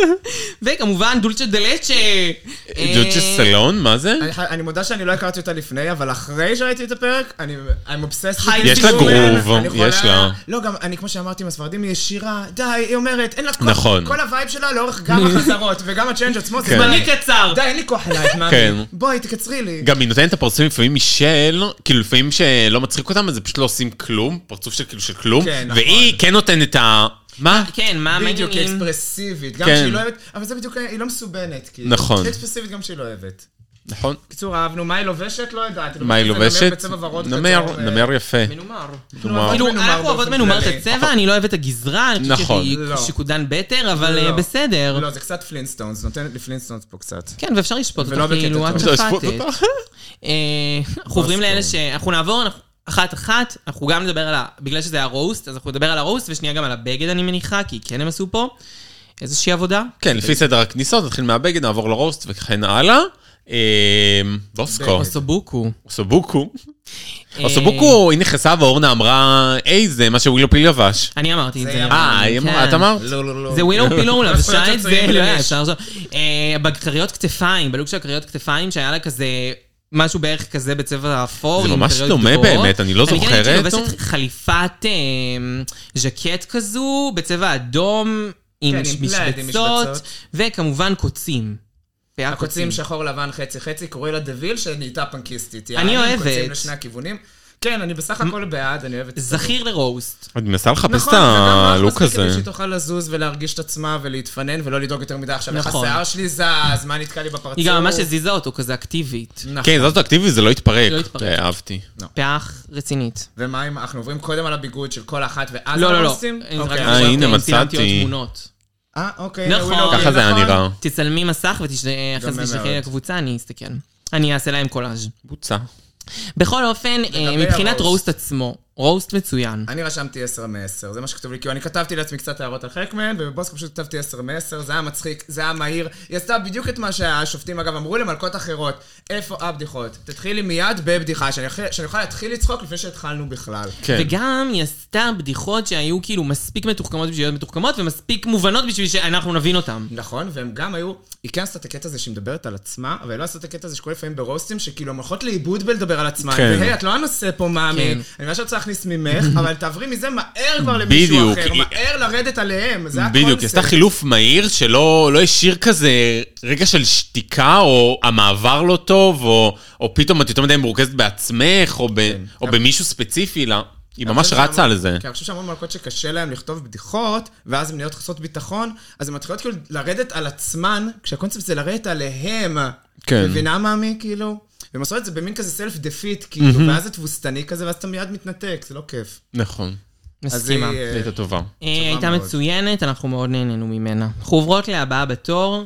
וכמובן, דולצ'ה דלצ'ה. ג'וג'ה סלון, מה זה? אני- אני מודה שאני לא הכרתי אותה לפני, אבל אחרי שראיתי את הפרק, אני I'm obsessed. with יש this לה woman. גרוב, אני יכולה- יש לה. לא, גם אני, כמו שאמרתי עם הספרדים, היא ישירה, די, היא אומרת, אין לה כוח. נכון. כל הווייב שלה לאורך גם החזרות, וגם הצ'יינג' עצמו, זה זמני די, קצר. די, אין לי כוח אלייך, מאמי. כן. בואי, תקצרי לי. גם היא נותנת את הפרצופים לפעמים משל, כאילו לפעמים שלא מצחיק אותם, אז זה פשוט לא עושים כלום, פרצוף של כאילו של כלום, כן, נכון. והיא כן נותנת את ה... מה? כן, מה בדיוק, היא מעניינים? אקספרסיבית, גם כן. שהיא לא אוהבת, אבל זה בדיוק, היא לא מסובנת, כאילו. נכון. היא אקספרסיבית גם שהיא לא אוהבת. נכון? קיצור, אהבנו, מה היא לובשת? לא יודעת. מה היא לובשת לובשת? בצבע ורוד נמר, כתוב, נמר יפה. מנומר. נאמר. כאילו, מנומר אנחנו אוהבות באופן מנומר את כללי. הצבע, אני לא אוהבת את הגזרה, אני חושבת נכון. שהיא לא. שיקודן בטר, אבל לא. אה, בסדר. לא, זה קצת פלינסטונס, נותנת לי פלינסטונס פה קצת. כן, ואפשר לשפוט ולא אותך כאילו, בקטע את טוב. אפשר לשפוט שפטת. אותך? אה, אנחנו עוברים לאלה ש... אנחנו נעבור אנחנו- אחת-אחת, אנחנו גם נדבר על ה... בגלל שזה הרוסט, אז אנחנו נדבר על הרוסט, ושנייה גם על הבגד, אני מניחה, כי כן הם עשו פה איזושהי עבודה. כן, לפי סדר הכניסות, נתחיל מהבגד, נעבור לרוסט וכן הלאה. אה, בוסקו, אוסובוקו. אוסובוקו. אה, אוסובוקו, היא נכנסה ואורנה אמרה, היי, זה מה שווילו פיל לבש. אני אמרתי את זה זה. היה- אה, היא אמרה, כן. את אמרת? לא, לא, לא. זה ווילו פילו, הוא לבשה את זה, יוצאים לא היה למש. אפשר לעשות. אה, בכריות כתפיים, בלוק של כריות כתפיים, שהיה לה כזה, משהו בערך כזה בצבע אפור. זה עם ממש כריות דומה גבוהות. באמת, אני לא אני כן זוכרת. הייתי לובשת חליפת אה, ז'קט כזו, בצבע אדום, עם כן, עם פלאד, עם משבצות, משבצות. וכמובן קוצים. פאה הקוצים שחור לבן חצי חצי, קוראים לה דביל שנהייתה פנקיסטית. אני יעני, אוהבת. קוצים לשני הכיוונים. כן, אני בסך הכל בעד, אני אוהבת את זה. זכיר לרוסט. אני מנסה לחפש נכון, את וגם לך הלוק מספיק כדי הזה. שהיא תוכל לזוז ולהרגיש את עצמה ולהתפנן ולא לדאוג יותר מדי. עכשיו, איך נכון. השיער שלי זז, מה נתקע לי בפרצוף. היא גם ממש הזיזה אותו, כזה אקטיבית. נכון. כן, זאת אקטיבי, זה לא התפרק. לא התפרק. זה אהבתי. פח רצינית. ומה אם אנחנו עוברים קודם על הביגוד של כל אחת ואז לא, לא, לא. הרוסטים? אני אוקיי, רק אה, אז הנה, צילמתי מצאתי. עוד תמונות. אה, אוקיי. נכון. ככה זה היה נראה. תצלמי מסך ואחרי זה תשלחי לקבוצה, אני אסתכל. אני אעשה להם קולאז'. בוצע. בכל אופן, מבחינת רוסט עצמו, רוסט מצוין. אני רשמתי עשר מעשר, זה מה שכתוב לי, כי אני כתבתי לעצמי קצת הערות על חלק מהן, ובבוסקה פשוט כתבתי עשר מעשר, זה היה מצחיק, זה היה מהיר. היא עשתה בדיוק את מה שהשופטים, אגב, אמרו למלכות אחרות, איפה הבדיחות? תתחילי מיד בבדיחה, שאני אוכל להתחיל לצחוק לפני שהתחלנו בכלל. וגם היא עשתה בדיחות שהיו כאילו מספיק מתוחכמות בשביל להיות מתוחכמות, ומספיק מובנות בשביל שאנחנו נבין אותן. נכון, והם גם היו, היא כן עשתה את הקטע הזה שהיא מדברת על עצמה, אבל היא לא עשתה את הקטע הזה שקורה לפעמים ברוסטים, שכאילו הן הולכות לאיבוד בלדבר על עצמן. והי, את לא הנושא פה, מאמי. אני ממש רוצה להכניס ממך, אבל תעברי מזה מהר כבר למישהו אחר, מהר לרדת עליהם, זה הקונספט. בדיוק, עשתה חילוף מהיר שלא השאיר כזה רגע של שתיקה, או המעבר לא טוב, או פתאום את יותר מדי מרוכזת בעצמך, או במישהו ספציפי, היא ממש רצה על זה. כי אני חושב שהמון מלכות שקשה להם לכתוב בדיחות, ואז הן נהיות חסות ביטחון, אז הן מתחילות כאילו לרדת על עצמן, כשהקונספט זה לרדת עליהם. מבינה מאמי, כאילו? והם עשו את זה במין כזה סלף דפיט, כאילו, ואז זה תבוסתני כזה, ואז אתה מיד מתנתק, זה לא כיף. נכון. מסכימה. הייתה טובה. הייתה מצוינת, אנחנו מאוד נהנינו ממנה. אנחנו עוברות להבאה בתור,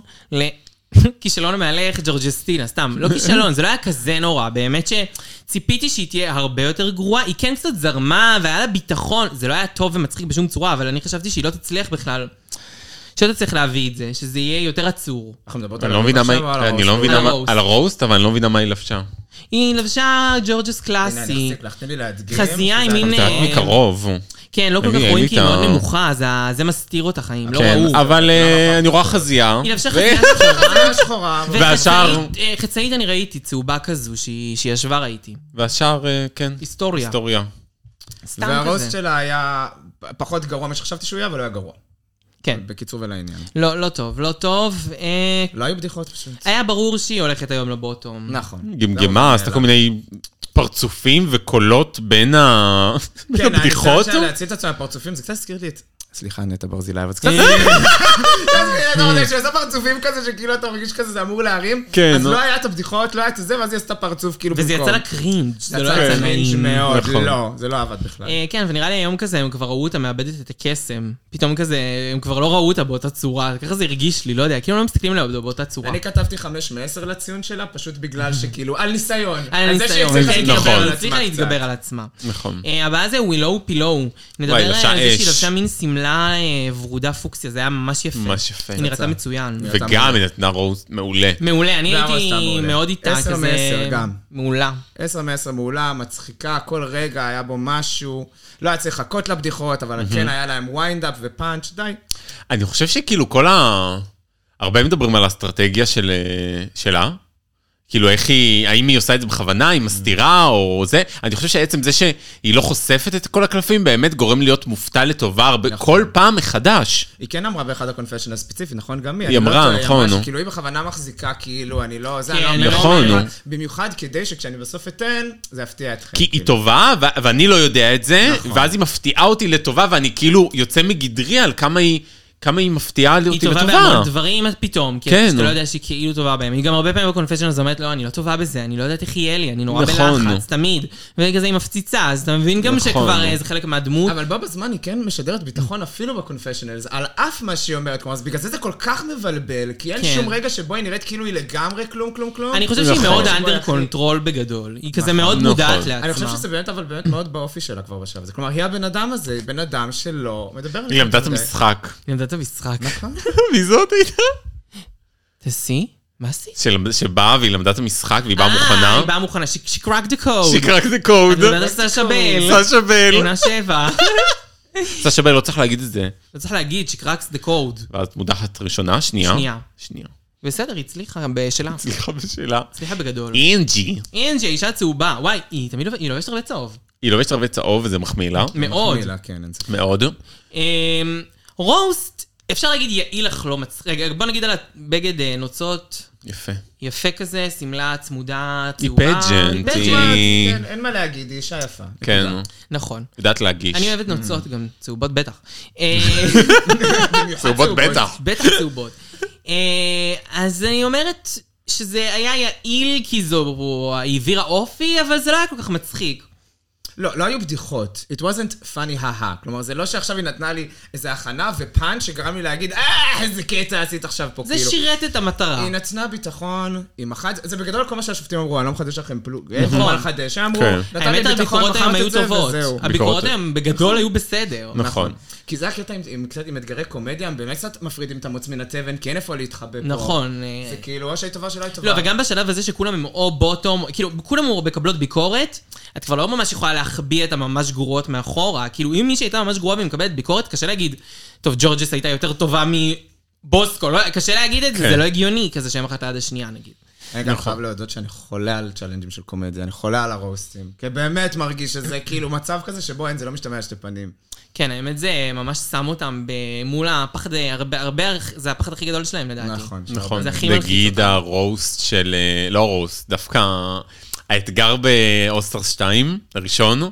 לכישלון המהלך, ג'ורג'סטינה, סתם, לא כישלון, זה לא היה כזה נורא, באמת שציפיתי שהיא תהיה הרבה יותר גרועה, היא כן קצת זרמה, והיה לה ביטחון, זה לא היה טוב ומצחיק בשום צורה, אבל אני חשבתי שהיא לא תצליח בכלל. שאתה צריך להביא את זה, שזה יהיה יותר עצור. אני לא מבינה על הרוסט, אבל אני לא מבינה מה היא לבשה. היא לבשה ג'ורג'ס קלאסי. חזייה עם מין... זה רק מקרוב. כן, לא כל כך רואים כי היא מאוד נמוכה, אז זה מסתיר אותה חיים, לא ראו. אבל אני רואה חזייה. היא לבשה חזייה שחורה. והשאר... חצאית אני ראיתי, צהובה כזו, שהיא ישבה ראיתי. והשאר, כן. היסטוריה. היסטוריה. והרוסט שלה היה פחות גרוע מה שחשבתי שהוא יהיה, אבל לא היה גרוע. כן. בקיצור ולעניין. לא, לא טוב, לא טוב. לא היו בדיחות פשוט. היה ברור שהיא הולכת היום לבוטום. נכון. גמגמה, עשתה כל מיני פרצופים וקולות בין הבדיחות. כן, להציל את עצמם הפרצופים, זה קצת הזכיר לי את... סליחה, נטע ברזילי, אבל זה קצת... אתה יודע, שעשה פרצופים כזה, שכאילו אתה מרגיש כזה, זה אמור להרים, אז לא היה את הבדיחות, לא היה את זה, ואז היא עשתה פרצוף כאילו במקום. וזה יצא לה קרינג'. זה לא יצא קרינג' מאוד, לא, זה לא עבד בכלל. כן, ונראה לי היום כזה, הם כבר ראו אותה מאבדת את הקסם. פתאום כזה, הם כבר לא ראו אותה באותה צורה. ככה זה הרגיש לי, לא יודע, כאילו לא מסתכלים עליה באותה צורה. אני כתבתי חמש מעשר לציון שלה, פשוט בגלל שכאילו, על ניסיון. על ניסיון. הצליחה להתגבר על עצמה. נכון. הבאה זה ווילאו פילואו. נדבר על זה שהיא לבשה מין סמלה ורודה פוקסיה, זה היה ממש יפה. ממש יפה. היא נראתה מצוין. וגם היא נתנה רוסט מעולה. מעולה, אני הייתי מאוד איתה כזה. עשר מעשר גם. מעולה. עשר מעשר מעולה, מצחיקה, כל רגע היה בו משהו. לא היה צריך לחכות לבדיחות, אבל כן היה להם וויינד-אפ ופאנץ', די. אני חושב שכאילו כל ה... הרבה מדברים על האסטרטגיה שלה. כאילו, איך היא, האם היא עושה את זה בכוונה, היא מסתירה או זה? אני חושב שעצם זה שהיא לא חושפת את כל הקלפים, באמת גורם להיות מופתע לטובה כל פעם מחדש. היא כן אמרה באחד הקונפשנל הספציפי, נכון? גם היא. היא אמרה, נכון. כאילו, היא בכוונה מחזיקה, כאילו, אני לא... נכון. במיוחד כדי שכשאני בסוף אתן, זה יפתיע אתכם. כי היא טובה, ואני לא יודע את זה, ואז היא מפתיעה אותי לטובה, ואני כאילו יוצא מגדרי על כמה היא... כמה היא מפתיעה אותי לטובה. היא טובה בהמון דברים פתאום, כי אתה לא יודע שהיא כאילו טובה בהם. היא גם הרבה פעמים בקונפשיונל הזאת אומרת, לא, אני לא טובה בזה, אני לא יודעת איך יהיה לי, אני נורא בלחץ, תמיד. ורגע זה היא מפציצה, אז אתה מבין גם שכבר זה חלק מהדמות. אבל בו בזמן היא כן משדרת ביטחון אפילו בקונפשיונל, על אף מה שהיא אומרת, אז בגלל זה זה כל כך מבלבל, כי אין שום רגע שבו היא נראית כאילו היא לגמרי כלום, כלום, כלום. אני חושב שהיא מאוד אנדר קונטרול בגדול. היא כזה מאוד מודעת לעצמה. אני חושב שזה באמת, אבל באמת מאוד באופי שלה כבר בשלב הזה. כלומר, היא הבן אדם הזה, בן אדם שלא מדבר. היא למדה את המשחק. היא למדה את המשחק. מי זאת הייתה? תעשי? מה עשית? שבאה והיא למדה את המשחק והיא באה מוכנה. היא באה מוכנה, she cracked the code. she cracked the code. אני יודעת סשה בל. סשה בל. עונה שבע. סשה בל, לא צריך להגיד את זה. לא צריך להגיד, she cracks the code. ואז מודחת ראשונה, שנייה. שנייה. שנייה. בסדר, היא הצליחה בשלה. הצליחה בשלה. הצליחה בגדול. אנג'י. אנג'י, אישה צהובה. וואי, היא תמיד לא לובשת הרבה צהוב. היא לובשת הרבה צהוב וזה מחמיא לה. מאוד. מאוד. רוסט, אפשר להגיד יעיל אך לא מצחיק. רגע, בוא נגיד על הבגד נוצות. יפה. יפה כזה, סמלה צמודה, צהובה. היא פג'נט. כן, אין מה להגיד, היא אישה יפה. כן. נכון. יודעת להגיש. אני אוהבת נוצות גם, צהובות בטח. צהובות בטח. בטח צהובות. אז אני אומרת שזה היה יעיל כי זו העבירה אופי, אבל זה לא היה כל כך מצחיק. לא, לא היו בדיחות. It wasn't funny, ha-ha. כלומר, זה לא שעכשיו היא נתנה לי איזו הכנה ופאנץ' שגרם לי להגיד, אה, איזה קטע עשית עכשיו פה, זה כאילו. שירת את המטרה. היא נתנה ביטחון, היא מחד... זה בגדול כל מה שהשופטים אמרו, אני לא מחדש לכם פלוג. אין מה לחדש, הם אמרו, נתן לי ביטחון, מחרת את זה, וזהו. הביקורות הם בגדול היו בסדר. נכון. כי זה הקטע עם קצת עם אתגרי קומדיה, הם באמת קצת מפרידים את המוץ מן התבן, כי אין איפה להתחבא פה. נכון. זה כאילו, או שהיא טובה שלא היא טובה. לא, וגם בשלב הזה שכולם הם או בוטום, כאילו, כולם הוא מקבלות ביקורת, את כבר לא ממש יכולה להחביא את הממש גרועות מאחורה, כאילו, אם מישהי הייתה ממש גרועה ומקבלת ביקורת, קשה להגיד, טוב, ג'ורג'ס הייתה יותר טובה מבוסקו, לא, קשה להגיד את זה, זה לא הגיוני, כזה שהם אחת עד השנייה, נגיד. אני גם חייב להודות שאני חולה על צ'אלנג'ים של קומדיה, אני חולה על הרוסטים, כי באמת מרגיש שזה כאילו מצב כזה שבו אין, זה לא משתמע שתי פנים. כן, האמת זה ממש שם אותם מול הפחד, הרבה, הרבה, זה הפחד הכי גדול שלהם לדעתי. נכון. נכון, נגיד הרוסט של, לא רוסט, דווקא האתגר באוסטר שתיים, הראשון,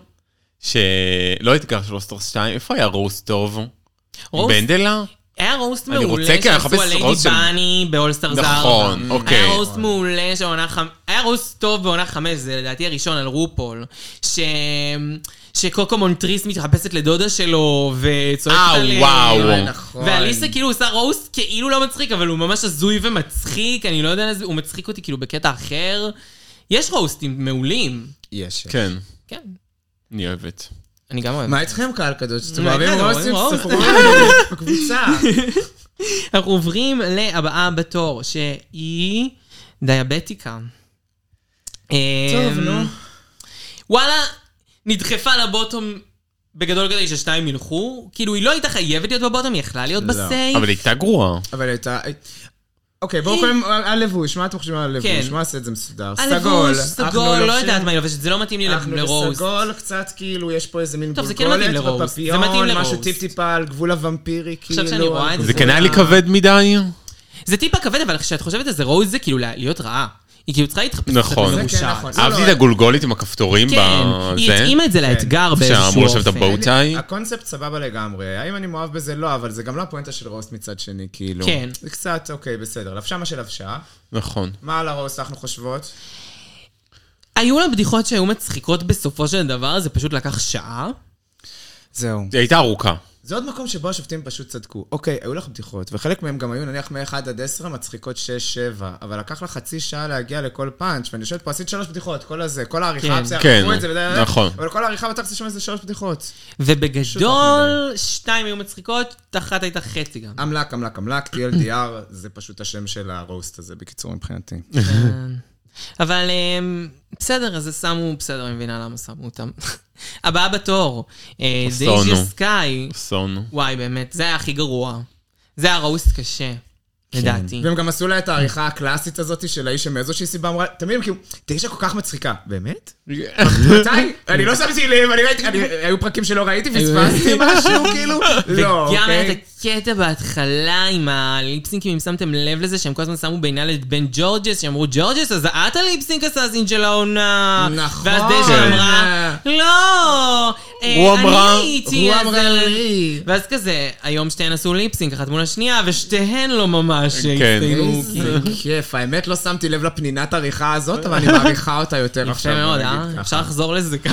שלא האתגר של אוסטר שתיים, איפה היה רוסט טוב? בנדלה? היה רוסט מעולה שעשו על ליידי בני באולסטר זר. נכון, אוקיי. היה רוסט מעולה שעונה חמש, היה רוסט טוב בעונה חמש, זה לדעתי הראשון על רופול, ש... שקוקו מונטריס מתחפשת לדודה שלו וצועקת עליהם. אה, וואו. ואליסה כאילו עושה רוסט כאילו לא מצחיק, אבל הוא ממש הזוי ומצחיק, אני לא יודע, הוא מצחיק אותי כאילו בקטע אחר. יש רוסטים מעולים. יש. כן. כן. אני אוהבת. אני גם אוהבת. מה איתכם קהל קדוש? אתם אוהבים רוסטים? ספרו בקבוצה. אנחנו עוברים להבאה בתור, שהיא דיאבטיקה. טוב, נו. וואלה, נדחפה לבוטום בגדול כדי ששתיים ילכו. כאילו, היא לא הייתה חייבת להיות בבוטום, היא יכלה להיות בסייף. אבל היא הייתה גרועה. אבל היא הייתה... אוקיי, בואו קודם על לבוש, מה אתם חושבים על לבוש? מה עושה את זה מסודר? סגול. סגול, לא יודעת מה היא לובשת, זה לא מתאים לי לרוסט. אנחנו בסגול קצת, כאילו, יש פה איזה מין גולגולת בפפיון, משהו טיפ-טיפה על גבול הוומפירי, כאילו. עכשיו שאני רואה את זה. זה כן היה לי כבד מדי? זה טיפה כבד, אבל כשאת חושבת על זה, רוז זה כאילו להיות רעה. היא כאילו צריכה להתחפש. נכון. אהבתי את הגולגולית עם הכפתורים בזה. היא התאימה את זה לאתגר באיזשהו אופן. שאמרו לשבת הבואוטאי. הקונספט סבבה לגמרי. האם אני מאוהב בזה? לא, אבל זה גם לא הפואנטה של רוסט מצד שני, כאילו. כן. זה קצת, אוקיי, בסדר. לבשה מה שלבשה. נכון. מה על הרוסט אנחנו חושבות? היו לה בדיחות שהיו מצחיקות בסופו של דבר, זה פשוט לקח שעה. זהו. היא הייתה ארוכה. זה עוד מקום שבו השופטים פשוט צדקו. אוקיי, היו לך בדיחות, וחלק מהם גם היו נניח מ-אחד עד עשרה מצחיקות שש שבע, אבל לקח לך חצי שעה להגיע לכל פאנץ', ואני חושבת פה, עשית שלוש בדיחות, כל הזה, כל העריכה, כן, כן, נכון. אבל כל העריכה בטח שם איזה שלוש בדיחות. ובגדול, שתיים היו מצחיקות, אחת הייתה חצי גם. אמלק, אמלק, אמלק, טי אל די אר, זה פשוט השם של הרוסט הזה, בקיצור מבחינתי. אבל בסדר, אז זה שמו, בסדר, אני מבינה למה שמו אותם. הבאה בתור, דייג'ה סקאי. סונו. וואי, באמת, זה היה הכי גרוע. זה היה רוסט קשה, לדעתי. והם גם עשו לה את העריכה הקלאסית הזאת של האיש שמאיזושהי סיבה אמרה, תמיד כאילו, דייג'ה כל כך מצחיקה. באמת? מתי? אני לא שמתי לב, אני ראיתי, היו פרקים שלא ראיתי, פספסתי משהו, כאילו, לא, וגם היה את הקטע בהתחלה עם הליפסינקים, אם שמתם לב לזה, שהם כל הזמן שמו בעינה לבן ג'ורג'ס, שאמרו, ג'ורג'ס, אז את הליפסינק הסאסין של העונה. נכון. ואז דייג'ה אמרה, לא, הוא אמרה, הוא אמרה לי. ואז כזה, היום שתיהן עשו ליפסינק, אחת מול השנייה, ושתיהן לא ממש הצטיינו. איזה כיף, האמת לא שמתי לב לפנינת העריכה הזאת, אבל אני מעריכה אותה יותר עכשיו. יפה מאוד, אה? אפשר לחזור לזה ככה.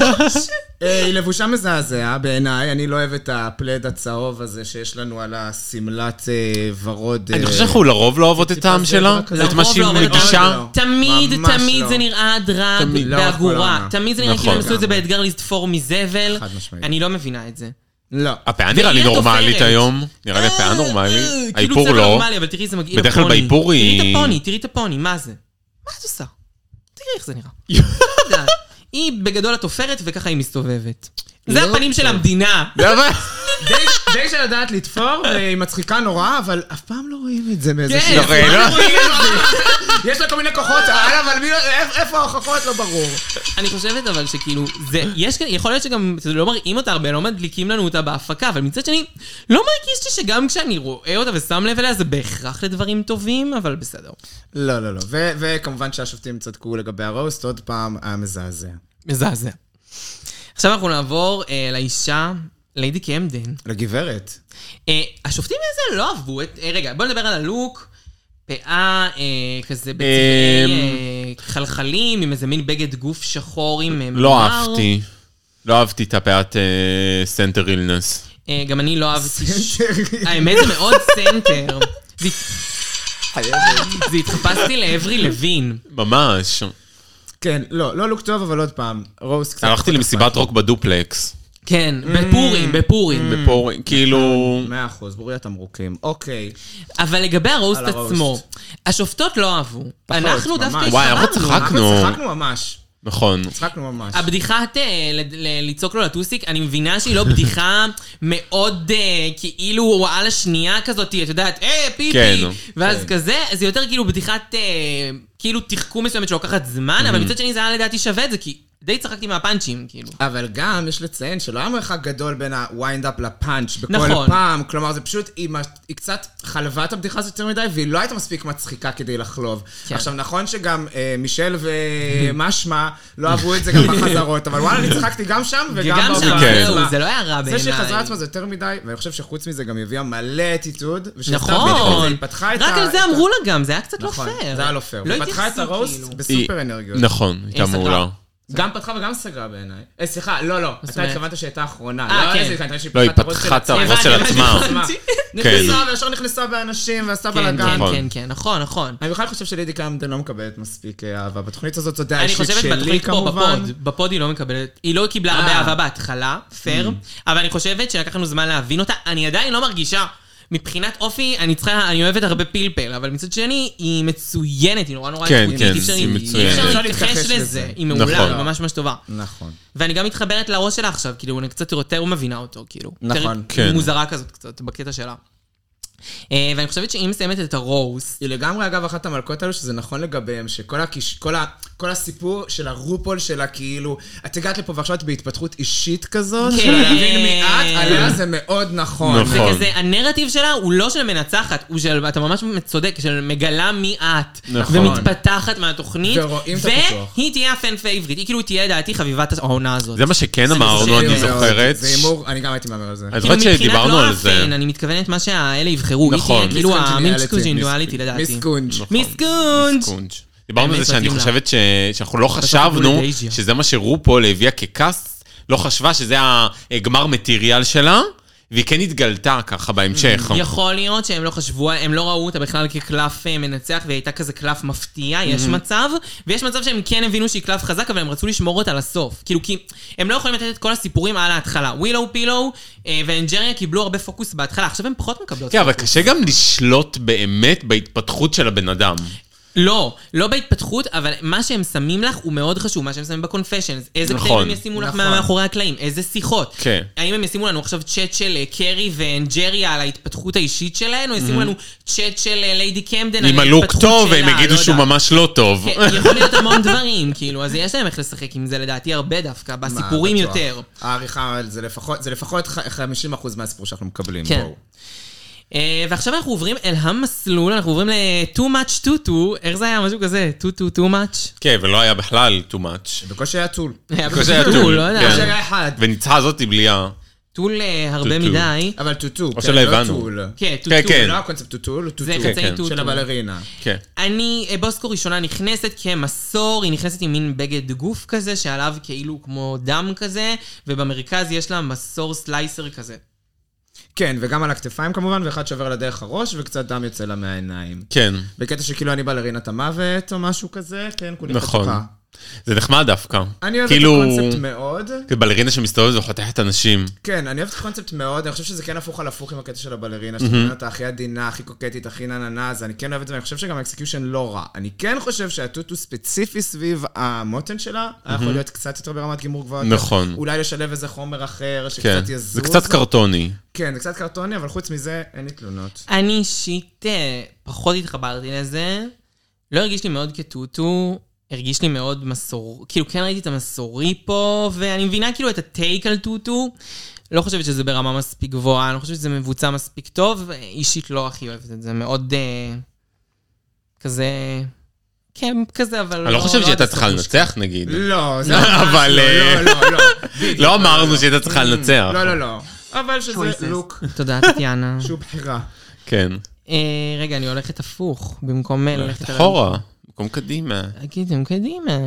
היא לבושה מזעזע בעיניי, אני לא אוהב את הפלד הצהוב הזה שיש לנו על הסמלת ורוד. אני חושב שאנחנו לרוב לא אוהבות את הטעם שלה, את מה שהיא מגישה. תמיד, תמיד זה נראה דרג באגורה. תמיד זה נראה כאילו הם עשו את זה באתגר לתפור מזבל. אני לא מבינה את זה. לא. הפעה נראה לי נורמלית היום. נראה לי הפעה נורמלית. האיפור כאילו לא. צבע נורמלי, אבל תראי, זה מגעיל הפוני. בדרך כלל באיפור היא... תראי את הפוני, תראי את הפוני, מה זה? מה את עושה? תראי איך זה נראה. היא בגדול התופרת וככה היא מסתובבת. זה הפנים של המדינה. די שיודעת לתפור, והיא מצחיקה נורא, אבל אף פעם לא רואים את זה מאיזה כן, לא רואים את זה. יש לה כל מיני כוחות, אבל איפה ההוכחות לא ברור. אני חושבת אבל שכאילו, יכול להיות שגם, לא מראים אותה הרבה, לא מדליקים לנו אותה בהפקה, אבל מצד שני, לא מרגיש לי שגם כשאני רואה אותה ושם לב אליה, זה בהכרח לדברים טובים, אבל בסדר. לא, לא, לא. וכמובן שהשופטים צדקו לגבי הרוסט, עוד פעם היה מזעזע. מזעזע. עכשיו אנחנו נעבור לאישה, ליידי קמדן. לגברת. השופטים הזה לא אהבו את... רגע, בוא נדבר על הלוק. פאה כזה בצבעי חלחלים, עם איזה מין בגד גוף שחור עם... לא אהבתי. לא אהבתי את הפעת סנטר אילנס. גם אני לא אהבתי... האמת זה מאוד סנטר. זה התחפשתי לאברי לוין. ממש. כן, לא, לא לוק טוב, אבל עוד פעם. רוסט קצת... הלכתי למסיבת רוק בדופלקס. כן, בפורים, בפורים. בפורים, כאילו... מאה אחוז, בורי התמרוקים. אוקיי. אבל לגבי הרוסט עצמו, השופטות לא אהבו. אנחנו דווקא התחברנו. וואי, אנחנו צחקנו. אנחנו צחקנו ממש. נכון. צחקנו ממש. הבדיחת לצעוק לו לטוסיק, אני מבינה שהיא לא בדיחה מאוד כאילו על השנייה כזאת, את יודעת, אה, פיפי, ואז כזה, זה יותר כאילו בדיחת, כאילו תחכום מסוימת שלוקחת זמן, אבל מצד שני זה היה לדעתי שווה את זה, כי די צחקתי מהפאנצ'ים, כאילו. אבל גם יש לציין שלא היה מרחק גדול בין הוויינד-אפ לפאנץ' בכל פעם, כלומר זה פשוט, היא קצת חלבה את הבדיחה הזאת יותר מדי, והיא לא הייתה מספיק מצחיקה כדי לחלוב. עכשיו נכון שגם מישל ומשמע לא אהבו את זה גם בחזרות, אבל וואלה, אני צחקתי גם שם וגם שם, זה לא היה רע בעיניי. זה שחזרה עצמה זה יותר מדי, ואני חושב שחוץ מזה גם הביאה מלא אטיטוד, נכון, רק על זה אמרו לה גם, זה היה קצת לא פייר. זה היה לא פייר. ופתחה את הרוסט בסופר אנרגיות. נכון, הייתה מעולה. גם פתחה וגם סגרה בעיניי. אה, סליחה, לא, לא. אתה התכוונת שהייתה האחרונה. אה, כן. לא, היא פתחה את הראש של עצמה. נכנסה, וישר נכנסה באנשים, ועשתה בלגן. כן, כן, כן, נכון, נכון. אני בכלל חושב שלידי קלמדן לא מקבלת מספיק אהבה. בתוכנית הזאת זו דעה אני אישית חושבת שלי, בתוכנית פה כמובן. בפוד, בפוד היא לא מקבלת, היא לא קיבלה הרבה אהבה בהתחלה, פייר, אבל אני חושבת שלקח לנו זמן להבין אותה. אני עדיין לא מרגישה. מבחינת אופי, אני צריכה, אני אוהבת הרבה פלפל, אבל מצד שני, היא מצוינת, היא נורא נורא איכותית, כן, כן, היא מצוינת. אפשר להתכחש לזה, היא מעולה, היא ממש ממש טובה. נכון. ואני גם מתחברת לראש שלה עכשיו, כאילו, אני קצת יותר מבינה אותו, כאילו. נכון. היא מוזרה כזאת קצת, בקטע שלה. ואני חושבת שהיא מסיימת את הרוסט. היא לגמרי, אגב, אחת המלכות האלו, שזה נכון לגביהם, שכל הקיש, כל ה, כל הסיפור של הרופול שלה, כאילו, את הגעת לפה ועכשיו את בהתפתחות אישית כזאת, של להבין מעט, עליה זה מאוד נכון. זה כזה, הנרטיב שלה הוא לא של מנצחת, הוא של, אתה ממש צודק, של מגלה מי את, ומתפתחת מהתוכנית, והיא תהיה הפן פייבריט, היא כאילו תהיה דעתי חביבת העונה הזאת. זה מה שכן אמרנו, אני זוכרת. זה אימור, אני גם הייתי מאמר על זה. אני זוכרת שדיברנו על זה. אני מתכוונת מה שהאלה יבחרו, היא תהיה כאילו המיסקונג'ינדואליטי לדעתי. מיסקונג'. מיסקונג'. דיברנו על זה שאני חושבת שאנחנו לא חשבנו שזה מה שרופול הביאה כקאסט, לא חשבה שזה הגמר מטריאל שלה, והיא כן התגלתה ככה בהמשך. יכול להיות שהם לא חשבו, הם לא ראו אותה בכלל כקלף מנצח, והיא הייתה כזה קלף מפתיע, יש מצב, ויש מצב שהם כן הבינו שהיא קלף חזק, אבל הם רצו לשמור אותה לסוף. כאילו, כי הם לא יכולים לתת את כל הסיפורים על ההתחלה. ווילו, פילו ואנג'ריה קיבלו הרבה פוקוס בהתחלה, עכשיו הם פחות מקבלות. כן, אבל קשה גם לשלוט באמת בהתפתחות של הבן אדם. לא, לא בהתפתחות, אבל מה שהם שמים לך הוא מאוד חשוב, מה שהם שמים בקונפשיונס, איזה קטעים הם ישימו לך מאחורי הקלעים, איזה שיחות. האם הם ישימו לנו עכשיו צ'אט של קרי ואנג'ריה על ההתפתחות האישית שלהן, או ישימו לנו צ'אט של ליידי קמדן על ההתפתחות שלה. עם הלוק טוב, והם יגידו שהוא ממש לא טוב. יכול להיות המון דברים, כאילו, אז יש להם איך לשחק עם זה, לדעתי הרבה דווקא, בסיפורים יותר. העריכה, זה לפחות חמישים אחוז מהסיפור שאנחנו מקבלים. ועכשיו אנחנו עוברים אל המסלול, אנחנו עוברים ל-too much too too, איך זה היה משהו כזה? too too too much? כן, ולא היה בכלל too much. בקושי היה טול. בקושי היה טול, לא יודע. בקושי היה אחד. וניצחה הזאת בלי ה... טול הרבה מדי. אבל טוטו, או שלא הבנו. כן, טוטו. לא הקונספט טוטו, טוטו. זה חצאי טוטו. של הבלרינה. כן. אני, בוסקו ראשונה נכנסת כמסור, היא נכנסת עם מין בגד גוף כזה, שעליו כאילו כמו דם כזה, ובמרכז יש לה מסור סלייסר כזה. כן, וגם על הכתפיים כמובן, ואחד שובר על הדרך הראש, וקצת דם יוצא לה מהעיניים. כן. בקטע שכאילו אני בלרינת המוות, או משהו כזה, כן, כולי נכון. חתוכה. זה נחמד דווקא. אני אוהב כאילו... את הקונספט מאוד. בלרינה שמסתובבת וחותכת אנשים. כן, אני אוהב את הקונספט מאוד, אני חושב שזה כן הפוך על הפוך עם הקטע של הבלרינה, שאתה אומר אותה הכי עדינה, הכי קוקטית, הכי נננה, אז אני כן אוהב את זה, ואני חושב שגם האקסקיושן לא רע. אני כן חושב שהטוטו ספציפי סביב המותן שלה, היה יכול להיות קצת יותר ברמת גימור גבוהה. נכון. אולי לשלב איזה חומר אחר, שקצת יזוז. זה קצת קרטוני. כן, זה קצת קרטוני, אבל חוץ מזה, אין לי תלונות. אני אישית פחות התחברתי לזה. לא הרגיש לי מאוד כטוטו, הרגיש לי מאוד מסור, כאילו כן ראיתי את המסורי פה, ואני מבינה כאילו את הטייק על טוטו, לא חושבת שזה ברמה מספיק גבוהה, אני לא חושבת שזה מבוצע מספיק טוב, אישית לא הכי אוהבת את זה, מאוד אה, כזה, כן, כזה, אבל... אני לא חושבת שהייתה צריכה לנצח, נגיד. לא, זה ממש לא, לא, לא, לא. לא אמרנו שהייתה צריכה לנצח. לא, לא, לא. אבל שזה לוק. תודה, טטיאנה. שהוא בחירה. כן. רגע, אני הולכת הפוך, במקום ללכת... אחורה. במקום קדימה. קדימה, קדימה.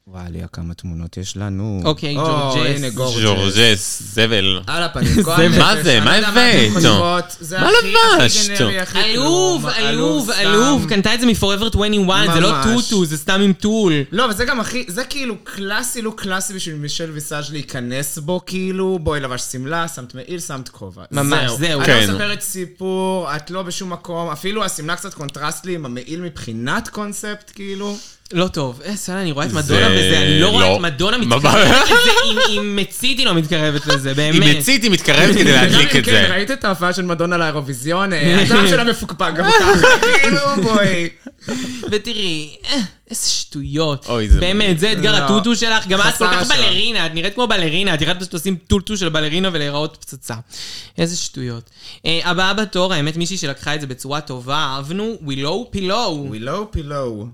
וואי, ליה, כמה תמונות יש לנו. אוקיי, ג'ורג'ס. ג'ורג'ס, זבל. על הפנים. מה זה? מה הבאת? מה לבשת? עלוב, עלוב, עלוב. קנתה את זה מ-Forever עשרים ואחת, זה לא טוטו, זה סתם עם טול. לא, וזה גם הכי, זה כאילו קלאסי, לא קלאסי בשביל מישל ויסאז' להיכנס בו, כאילו, בואי לבש סמלה, שמת מעיל, שמת כובע. ממש, זהו. את לא מספרת סיפור, את לא בשום מקום, אפילו הסמלה קצת קונטרסט לי עם המעיל מבחינת קונספט, כאילו. לא טוב. אה, סלע, אני רואה את מדונה בזה, אני לא רואה את מדונה מתקרבת לזה, אם מצית היא לא מתקרבת לזה, באמת. אם מצית היא מתקרבת כדי להדליק את זה. ראית את ההופעה של מדונה לאירוויזיון? הזמן שלה מפוקפק גם ככה, כאילו, בואי. ותראי, איזה שטויות. אוי, זה... באמת, זה אתגר הטוטו שלך, גם את כל כך בלרינה, את נראית כמו בלרינה, את יכולת שתשים טוטו של בלרינה ולהיראות פצצה. איזה שטויות. הבאה בתור, האמת, מישהי שלקחה את זה בצורה טובה, אהבנו, ווילו פילו. ווילו פילו.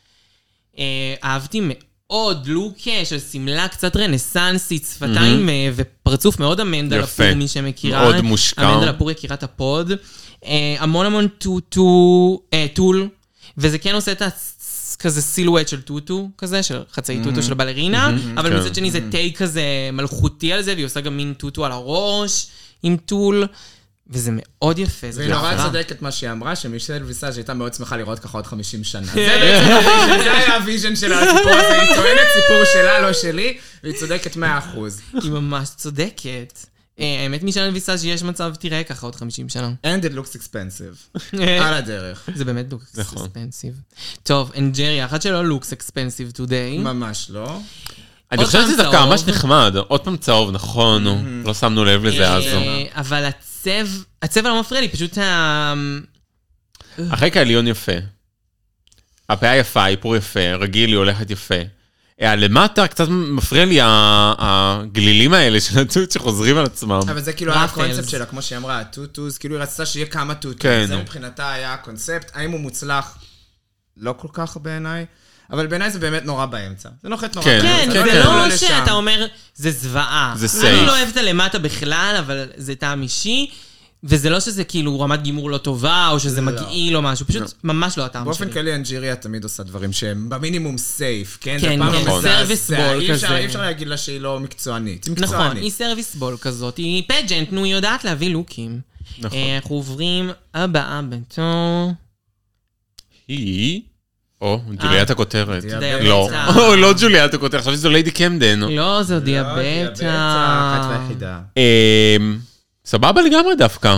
אהבתי מאוד לוק של סמלה קצת רנסנסית, שפתיים ופרצוף מאוד אמנדה לפור, מי שמכירה. מאוד מושקע. אמנדה לפור יקירה את הפוד. המון המון טוטו, טול, וזה כן עושה את כזה סילואט של טוטו כזה, של חצאי טוטו של בלרינה, אבל מצד שני זה טייק כזה מלכותי על זה, והיא עושה גם מין טוטו על הראש עם טול. וזה מאוד יפה. והיא נורא צודקת מה שהיא אמרה, שמישל ויסאז' הייתה מאוד שמחה לראות ככה עוד חמישים שנה. זה בעצם הוויז'ן, זה היה הוויז'ן של הסיפור הזה. היא טוענת סיפור שלה, לא שלי, והיא צודקת מאה אחוז. היא ממש צודקת. האמת, מישל ויסאז' יש מצב תראה ככה עוד חמישים שנה. And it looks expensive. על הדרך. זה באמת looks expensive. טוב, אנג'ריה, אחת שלא looks expensive today. ממש לא. אני חושבת שזה דווקא ממש נחמד. עוד פעם צהוב, נכון, לא שמנו לב לזה אז. אבל הצבע, הצבע לא מפריע לי, פשוט ה... החלק העליון יפה. הפאה יפה, האיפור יפה, רגיל היא הולכת יפה. למטה קצת מפריע לי הגלילים האלה של הטוט שחוזרים על עצמם. אבל זה כאילו היה הקונספט שלה, כמו שהיא אמרה, הטוטוס, כאילו היא רצתה שיהיה כמה טוטוס. זה מבחינתה היה הקונספט. האם הוא מוצלח? לא כל כך בעיניי. אבל בעיניי זה באמת נורא באמצע. זה נוחת נורא באמצע. כן, זה לא שאתה אומר, זה זוועה. זה סייף. אני לא אוהבת למטה בכלל, אבל זה טעם אישי, וזה לא שזה כאילו רמת גימור לא טובה, או שזה מגעיל או משהו, פשוט ממש לא הטעם שלי. באופן כללי, אנג'יריה תמיד עושה דברים שהם במינימום סייף, כן? כן, היא סרוויסבול כזה. אי אפשר להגיד לה שהיא לא מקצוענית. נכון, היא סרוויסבול כזאת. היא פג'נט, נו, היא יודעת להביא לוקים. אנחנו עוברים הבאה בתור... היא... או, ג'וליית הכותרת. דיאבטה. לא, לא ג'וליית הכותרת, חשבתי שזו ליידי קמדן. לא, זו דיאבטה. דיאבטה, אחת והיחידה. סבבה לגמרי דווקא.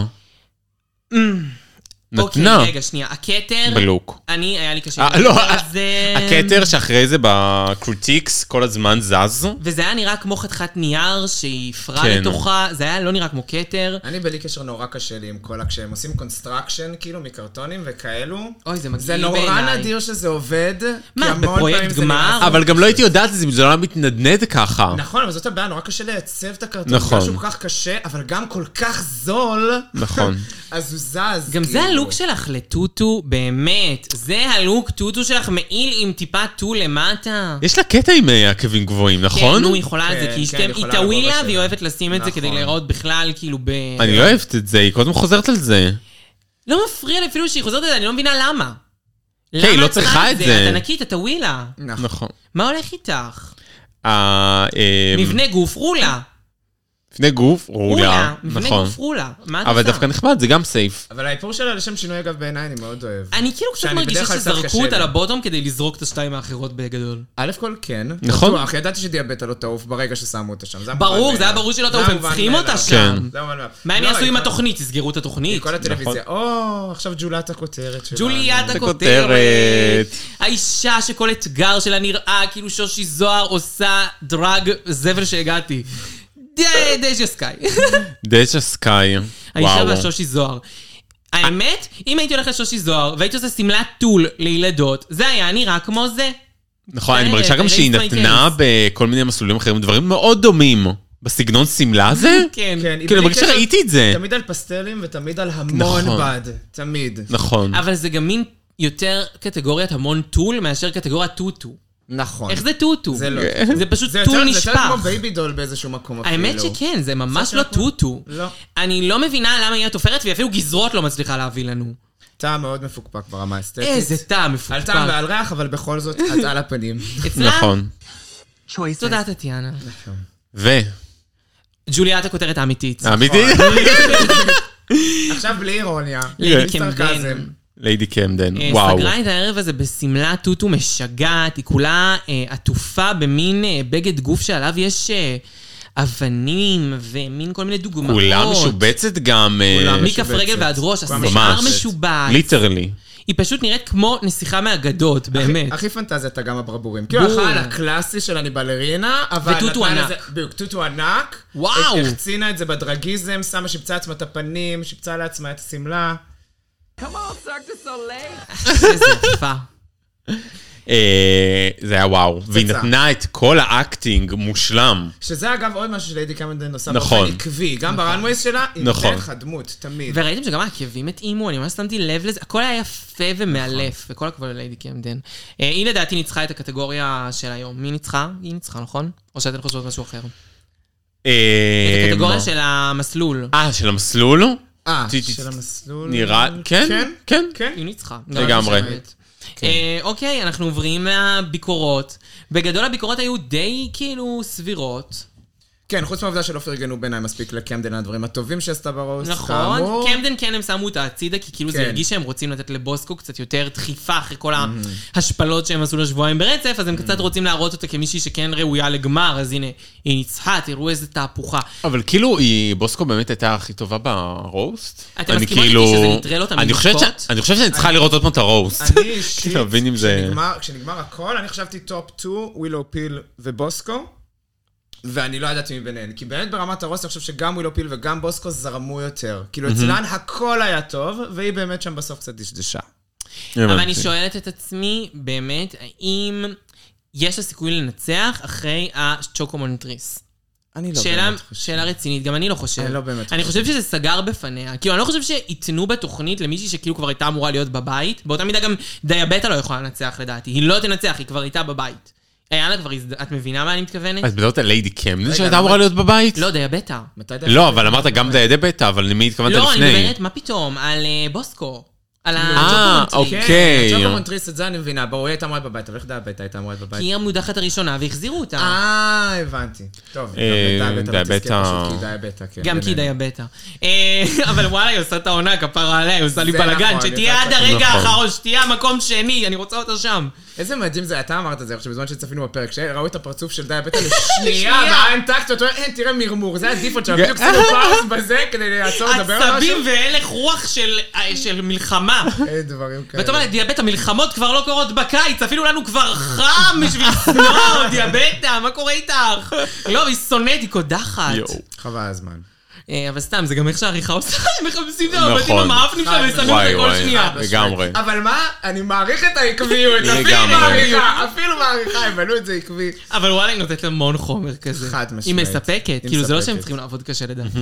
נתנה. אוקיי, רגע, שנייה. הכתר... בלוק. אני, היה לי קשה. לא, הכתר שאחרי זה בקריטיקס כל הזמן זז. וזה היה נראה כמו חתיכת נייר שהיא הפרה לתוכה. זה היה לא נראה כמו כתר. אני בלי קשר נורא קשה לי עם כל... כשהם עושים קונסטרקשן, כאילו, מקרטונים וכאלו. אוי, זה מגעיל זה נורא נדיר שזה עובד. מה, בפרויקט גמר? אבל גם לא הייתי יודעת את זה, זה לא מתנדנד ככה. נכון, אבל זאת הבעיה, נורא קשה לייצב את הקרטון. משהו כל כך קשה, אבל גם כל כך זול. נכון. אז הוא זז. גם זה הלוק שלך לטוטו, באמת. זה הלוק טוטו שלך מעיל עם טיפה טו למטה. יש לה קטע עם עקבים גבוהים, נכון? כן, נו, היא יכולה על זה, כי היא טווילה והיא אוהבת לשים את זה כדי להיראות בכלל, כאילו ב... אני לא אוהבת את זה, היא קודם חוזרת על זה. לא מפריע לי אפילו שהיא חוזרת על זה, אני לא מבינה למה. כן, היא לא צריכה את זה. את ענקית, את הווילה. נכון. מה הולך איתך? מבנה גוף, רולה. מבנה גוף, רולה. מבנה גוף, רולה. אבל דווקא נחמד, זה גם סייף. אבל האיפור שלה לשם שינוי אגב בעיניי אני מאוד אוהב. אני כאילו קצת מרגישה שזרקו אותה לבוטום כדי לזרוק את השתיים האחרות בגדול. א' כל כן. נכון. אך ידעתי שדיאבטה לא תעוף ברגע ששמו אותה שם. ברור, זה היה ברור שלא תעוף, הם צריכים אותה שם. מה הם יעשו עם התוכנית? תסגרו את התוכנית. כל הטלוויזיה. או, עכשיו ג'וליית הכותרת שלנו. ג'וליית הכותרת. האישה שכל אתגר שלה נראה כאילו שושי זוהר עושה דרג זבל שהגעתי. דשא סקאי. דשא סקאי. האישה והשושי זוהר. האמת, אם הייתי הולך לשושי זוהר והייתי עושה סמלת טול לילדות, זה היה נראה כמו זה. נכון, אני מרגישה גם שהיא נתנה בכל מיני מסלולים אחרים, דברים מאוד דומים. בסגנון סמלה הזה? כן. כאילו, אני מרגישה שראיתי את זה. תמיד על פסטלים ותמיד על המון בד. תמיד. נכון. אבל זה גם מין יותר קטגוריית המון טול מאשר קטגוריית טוטו. נכון. איך זה טוטו? זה לא. זה פשוט טול נשפח. זה יותר כמו בייבי דול באיזשהו מקום אפילו. האמת שכן, זה ממש לא טוטו. לא. אני לא מבינה למה היא התופרת, והיא אפילו גזרות לא מצליחה להביא לנו. טעם מאוד מפוקפק ברמה האסתטית. איזה טעם מפוקפק. על טעם ועל ריח, אבל בכל זאת, את על הפנים. נכון. תודה, טטיאנה. ו... ג'וליית הכותרת האמיתית. האמיתית? עכשיו בלי אירוניה. ליידי קמדן. ליידי קמדן, וואו. סגרה את הערב הזה בסמלה טוטו משגעת, היא כולה עטופה במין בגד גוף שעליו יש אבנים ומין כל מיני דוגמאות. כולה משובצת גם... מכף רגל ועד ראש, השיער משובץ. ליטרלי. היא פשוט נראית כמו נסיכה מהגדות, באמת. הכי פנטזיית גם הברבורים. כאילו הלכה על הקלאסי של אני בלרינה, אבל... וטוטו ענק. בדיוק, טוטו ענק. וואו. החצינה את זה בדרגיזם, שמה שיפצה עצמה את הפנים, שיפצה לעצמה את הסמלה. איזה יפה. זה היה וואו. והיא נתנה את כל האקטינג מושלם. שזה אגב עוד משהו שליידי קמדן עושה נכון. באופן עקבי. גם ברנווייז שלה, היא נותנת לך דמות, תמיד. וראיתם שגם העקבים התאימו, אני ממש שמתי לב לזה, הכל היה יפה ומאלף, וכל הכבוד לליידי קמדן. היא לדעתי ניצחה את הקטגוריה של היום. מי ניצחה? היא ניצחה, נכון? או שאתן חושבות משהו אחר? את הקטגוריה של המסלול. אה, של המסלול? אה, של המסלול. נראה, כן, כן, כן. היא ניצחה. לגמרי. אוקיי, אנחנו עוברים מהביקורות. בגדול הביקורות היו די כאילו סבירות. כן, חוץ מהעובדה שלא פרגנו בעיניי מספיק לקמדן הדברים הטובים שעשתה ברוסט. נכון, קמדן כן הם שמו אותה הצידה, כי כאילו זה הרגיש שהם רוצים לתת לבוסקו קצת יותר דחיפה אחרי כל ההשפלות שהם עשו לשבועיים ברצף, אז הם קצת רוצים להראות אותה כמישהי שכן ראויה לגמר, אז הנה, היא ניצחה, תראו איזה תהפוכה. אבל כאילו, בוסקו באמת הייתה הכי טובה ברוסט? אתם מסכימות איתי שזה נטרל אותה מביקות? אני חושב שאני צריכה לראות עוד פעם את הרוסט. אני אישית, כשנגמר הכל, אני חשבתי טופ שתיים, ווילו פיל ובוסקו. ואני לא ידעתי מביניהן, כי באמת ברמת הרוסט אני חושב שגם ווילו פיל וגם בוסקו זרמו יותר. כאילו אצלן הכל היה טוב, והיא באמת שם בסוף קצת דשדשה. אבל אני שואלת את עצמי, באמת, האם יש לה סיכוי לנצח אחרי הצ'וקו מונטריס? אני לא שאלה, באמת חושב. שאלה רצינית, גם אני לא חושב. אני לא באמת חושב. אני חושב שזה סגר בפניה. כאילו, אני לא חושב שיתנו בתוכנית למישהי שכאילו כבר הייתה אמורה להיות בבית. באותה מידה גם דיאבטה לא יכולה לנצח לדעתי. היא לא תנצח, היא כבר הייתה בבית. איילה כבר, את מבינה מה אני מתכוונת? אז בדעות על ליידי קמדן שהייתה אמורה להיות בבית? לא, דיאבטה. לא, אבל אמרת גם דיאבטה, אבל למי התכוונת לפני? לא, אני מדברת, מה פתאום? על בוסקו. על אה, אוקיי. הצ'וקו מונטריס, את זה אני מבינה. ברור, היא הייתה אמורה בבית, אבל איך דיאבטה הייתה אמורה בבית? כי היא המודחת הראשונה והחזירו אותה. אה, הבנתי. טוב, דיאבטה. גם כי דיאבטה. אבל וואלה, היא עושה את העונה, כפרה עליה, היא עושה לי בלגן, שתהיה עד הרגע האחרון, שתהיה מקום שני, אני רוצה אותה שם. איזה מדהים זה, אתה אמרת את זה, עכשיו בזמן שצפינו בפרק, שראו את הפרצוף של דיאבטה לשנייה, והאין טקט, ואתה אומר, אין, תראה מרמור, זה הדיפות שם, בדיוק עשינו פאוס בזה, כדי לעצור לדבר על משהו. עצבים והלך רוח של מלחמה. אין דברים כאלה. ואתה אומר, דיאבטה, מלחמות כבר לא קורות בקיץ, אפילו לנו כבר חם בשביל סנור, דיאבטה, מה קורה איתך? לא, היא שונאת, היא קודחת. חבל הזמן. אבל סתם, זה גם איך שהעריכה עושה, הם מחפשים את המבטים המאפנים שלהם ושמים את הכל שנייה. לגמרי. אבל מה? אני מעריך את העקביות, אפילו מעריכה, אפילו מעריכה, הם בנו את זה עקבי. אבל וואלה, היא נותנת למון חומר כזה. חד משמעית. היא מספקת, כאילו זה לא שהם צריכים לעבוד קשה לדעתי.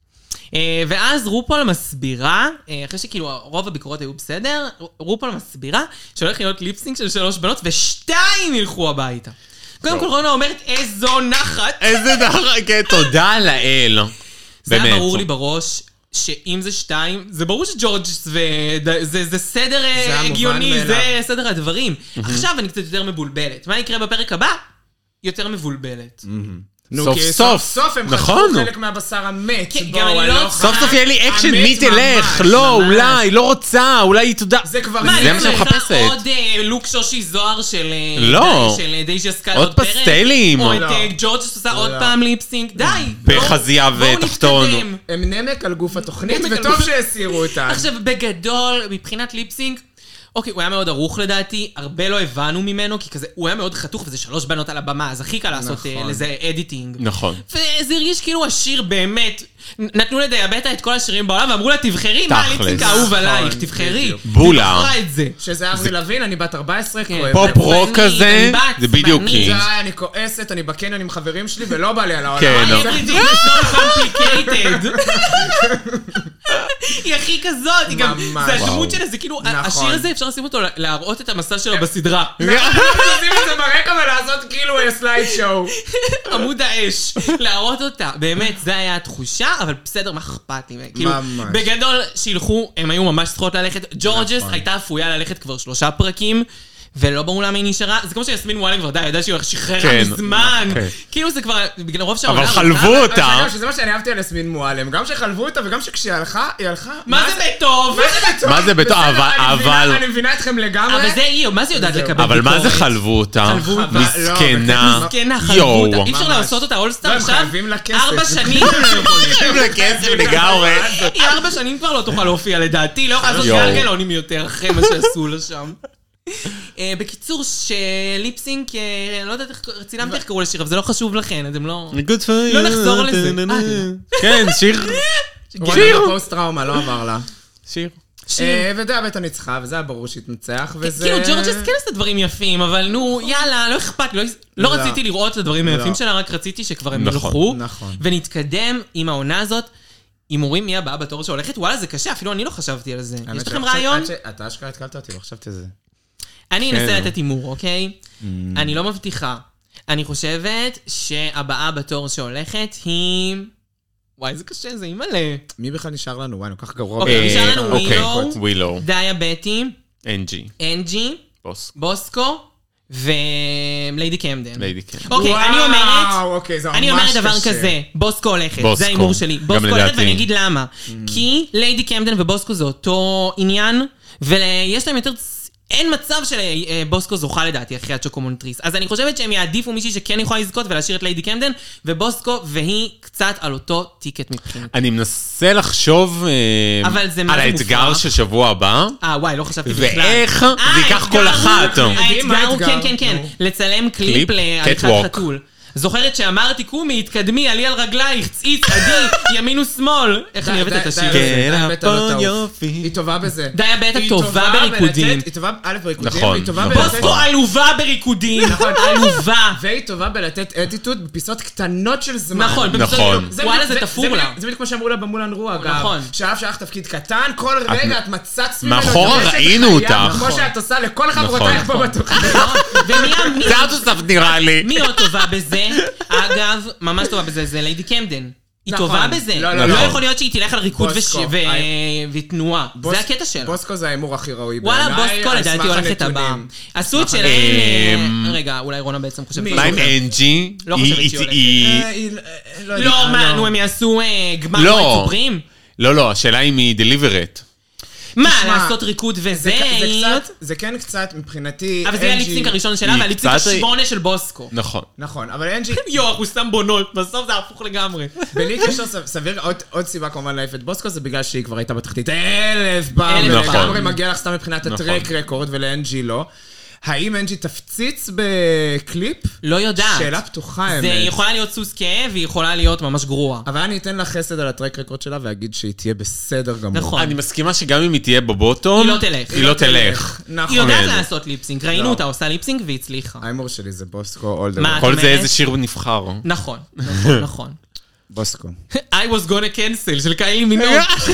ואז רופול מסבירה, אחרי שכאילו רוב הביקורות היו בסדר, רופול מסבירה שהולך להיות ליפסינג של שלוש בנות ושתיים ילכו הביתה. קודם כל רונה אומרת איזו נחת. איזה נחת, כן, תודה לאל. זה היה ברור לי בראש שאם זה שתיים, זה ברור שג'ורג' זה סדר הגיוני, זה סדר הדברים. עכשיו אני קצת יותר מבולבלת. מה יקרה בפרק הבא? יותר מבולבלת. סוף סוף, סוף הם חשבו חלק מהבשר המת. סוף סוף יהיה לי אקשן, מי תלך? לא, אולי, לא רוצה, אולי היא תודה. זה כבר... מה, אני מחפשת עוד לוק שושי זוהר של דייג'ה סקאל עוד פסטלים. או את ג'ורג' עושה עוד פעם ליפסינג. די, בחזייה ותחתון. הם נמק על גוף התוכנית, וטוב שהסירו אותה. עכשיו, בגדול, מבחינת ליפסינג, אוקיי, הוא היה מאוד ערוך לדעתי, הרבה לא הבנו ממנו, כי כזה, הוא היה מאוד חתוך, וזה שלוש בנות על הבמה, אז הכי קל לעשות לזה אדיטינג. נכון. וזה הרגיש כאילו השיר באמת, נתנו לדיאבטה את כל השירים בעולם, ואמרו לה, תבחרי מה הליפסינג האהוב עלייך, תבחרי. בולה. תבחרה את זה. שזה אברי לוין, אני בת ארבע עשרה, פופ רוק כזה, זה בדיוק כי. אני כועסת, אני בקניון עם חברים שלי, ולא בא לי על העולם. היא הכי כזאת, היא גם, זה הדמות שלה, זה כאילו, השיר הזה אפשר לשים אותו, להראות את המסע שלו בסדרה. לשים את זה ברקע ולעשות כאילו סלייד שואו. עמוד האש, להראות אותה. באמת, זה היה התחושה, אבל בסדר, מה אכפת לי? ממש. בגדול, שילכו, הם היו ממש צריכות ללכת. ג'ורג'ס הייתה אפויה ללכת כבר שלושה פרקים, ולא ברור למה היא נשארה, זה כמו שיסמין מועלם כבר די, ידע שהיא הולך שחררה מזמן. כאילו זה כבר, בגלל רוב שהעונה... אבל חלבו אותה. שזה מה שאני אהבתי על יסמין מועלם, גם שחלבו אותה וגם שכשהיא הלכה, היא הלכה... מה זה בטוב? מה זה בטוב? אבל... אני מבינה אתכם לגמרי. אבל זה היא, מה זה יודעת לקבל ביקורת? אבל מה זה חלבו אותה? מסכנה. מסכנה, חלבו אותה. אי אפשר לעשות אותה אולסטאר עכשיו? ארבע שנים הם לא יכולים. חייבים לכסף לגמרי. היא ארבע שנים כבר לא תוכל להופיע לדעתי, לא יכולה לעשות גלגלונים יותר אחרי מה שעשו לה שם. בקיצור, שליפסינק, לא יודעת איך, צילמתי איך קראו לשיר, אבל זה לא חשוב לכן, אתם לא... לא נחזור לזה. כן, שיר. שיר. פוסט טראומה, לא עבר לה. שיר. וזה הבית הניצחה, וזה היה ברור שהתנצח, וזה... כאילו, ג'ורג'ס כן עשתה דברים יפים, אבל נו, יאללה, לא אכפת, לא רציתי לראות את הדברים היפים שלה, רק רציתי שכבר הם ילכו, ונתקדם עם העונה הזאת. הימורים מי הבאה בתור שהולכת, וואלה, זה קשה, אפילו אני לא חשבתי על זה. יש לכם רעיון? אתה אשכרה התקלת אותי, לא חשבתי על זה. אני אנסה לתת הימור, אוקיי? אני לא מבטיחה. אני חושבת שהבאה בתור שהולכת היא... וואי, זה קשה, זה אימא'לה. מי בכלל נשאר לנו? וואי, כל כך גרוע. אוקיי, נשאר לנו ווילו, ווילו, דיה בטי, אנג'י, אנג'י, בוסקו, וליידי קמדן. ליידי קמדן. אוקיי, אני אומרת, אוקיי, זה ממש אני אומרת דבר קשה. כזה, בוסקו הולכת, בוסקו. זה ההימור שלי. גם בוסקו הולכת לדעתי. ואני אגיד למה. כי ליידי קמדן ובוסקו זה אותו עניין, ויש להם יותר... אין מצב שבוסקו זוכה לדעתי אחרי הצ'וקומונטריס. אז אני חושבת שהם יעדיפו מישהי שכן יכולה לזכות ולהשאיר את ליידי קמדן, ובוסקו, והיא קצת על אותו טיקט מבחינת. אני מנסה לחשוב על האתגר של שבוע הבא. אה, וואי, לא חשבתי בכלל. ואיך זה ייקח כל אחת. האתגר הוא, כן, כן, כן, לצלם קליפ להליכת חתול. זוכרת שאמרתי, קומי, התקדמי, עלי על רגלייך, ציץ, עדי, ימין ושמאל. איך אני אוהבת את השיר הזה? היא טובה בזה. דיה בטה טובה בריקודים. היא טובה א' בריקודים, נכון. והיא טובה בלתת... בוסקו עלובה בריקודים. עלובה. והיא טובה בלתת אטיטוד בפיסות קטנות של זמן. נכון. נכון. וואלה, זה תפור לה. זה בדיוק כמו שאמרו לה במולן רוע, אגב. נכון. שאף שאף תפקיד קטן, כל רגע את מצאת סביבנו. מאחורה ראינו אותך. כמו שאת עושה לכל חברותייך פה בתוכנית. זה התוסף נראה לי. מי עוד טובה בזה? אגב, ממש טובה בזה, זה ליידי קמדן. היא טובה בזה. לא יכול להיות שהיא תלך על ריקוד ותנועה. זה הקטע שלה. בוסקו זה האמור הכי ראוי. וואלה, בוסקו לדעתי הולכת הבאה. עשו את שלהם... רגע, אולי רונה בעצם חושבת... מה עם אנג'י? לא חושבת שהיא הולכת. לא, מה, נו, הם יעשו גמר סופרים? לא, לא, השאלה אם היא דליברט. מה, לעשות ריקוד וזה? זה כן קצת מבחינתי... אבל זה היה הליפסינק הראשון שלה, והליפסינק השמונה של בוסקו. נכון. נכון, אבל אנג'י... יו, אנחנו סתם בונות, בסוף זה הפוך לגמרי. בלי קשר סביר, עוד סיבה כמובן להעיף את בוסקו, זה בגלל שהיא כבר הייתה בתחתית אלף פעם, ולגמרי מגיע לך סתם מבחינת הטרק רקורד, ולאנג'י לא. האם אנג'י תפציץ בקליפ? לא יודעת. שאלה פתוחה, האמת. זה יכולה להיות סוס כאב, והיא יכולה להיות ממש גרועה. אבל אני אתן לה חסד על הטרק רקורד שלה, ואגיד שהיא תהיה בסדר גמור. נכון. אני מסכימה שגם אם היא תהיה בבוטום, היא לא תלך. היא לא תלך. היא יודעת לעשות ליפסינק. ראינו אותה עושה ליפסינק והצליחה. האמור שלי זה בוסקו, all the way. כל זה איזה שיר נבחר. נכון, נכון, נכון. בוסקו. I was gonna cancel של קיילי מינוג.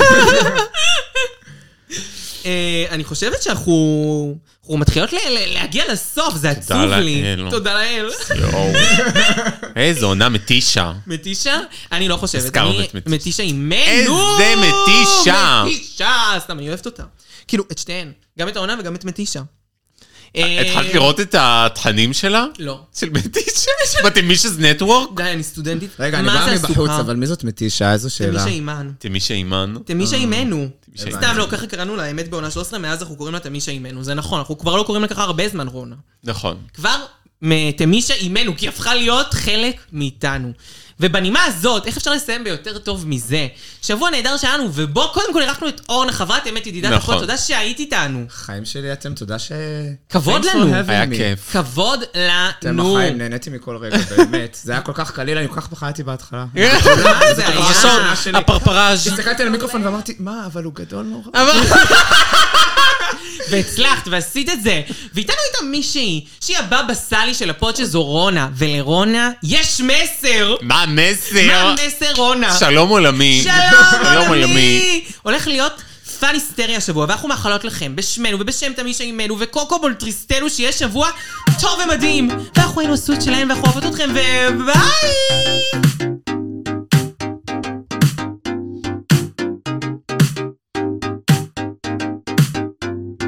אני חושבת שאנחנו מתחילות להגיע לסוף, זה עצוב לי. תודה לאל. איזה עונה מתישה. מתישה? אני לא חושבת. הזכרת מתישה. מתישה היא מנו. איזה מתישה. מתישה, סתם, אני אוהבת אותה. כאילו, את שתיהן. גם את העונה וגם את מתישה. התחלת לראות את התכנים שלה? לא. של מתישה? בתמישה's נטוורק? די, אני סטודנטית. רגע, אני באה מבחוץ, אבל מי זאת מתישה? איזו שאלה. תמישה אימן. תמישה אימן? תמישה אימנו. סתם לא, ככה קראנו לה, האמת בעונה שלוש עשרה, מאז אנחנו קוראים לה תמישה אימנו. זה נכון, אנחנו כבר לא קוראים לה ככה הרבה זמן, רונה. נכון. כבר תמישה אימנו, כי הפכה להיות חלק מאיתנו. ובנימה הזאת, איך אפשר לסיים ביותר טוב מזה? שבוע נהדר שלנו, ובוא קודם כל אירחנו את אורנה, חברת אמת ידידת הפוד, תודה שהיית איתנו. חיים שלי אתם, תודה ש... כבוד לנו. היה כיף. כבוד לנו. אתם החיים, נהניתי מכל רגע, באמת. זה היה כל כך קליל, אני כל כך בחייתי בהתחלה. זה היה? הפרפרז'. הסתכלתי על המיקרופון ואמרתי, מה, אבל הוא גדול נורא. והצלחת, ועשית את זה. ואיתנו הייתה מישהי, שהיא הבבא סאלי של הפוד שזו רונה, ולרונה יש מסר. מה המסר? מה המסר, רונה? שלום עולמי. שלום עולמי. הולך להיות פן היסטריה השבוע, ואנחנו מאחלות לכם בשמנו ובשם תמישה אימנו וקוקו בולטריסטלו שיהיה שבוע טוב ומדהים. ואנחנו היינו עשו את שלהם ואנחנו אוהבות אתכם, וביי!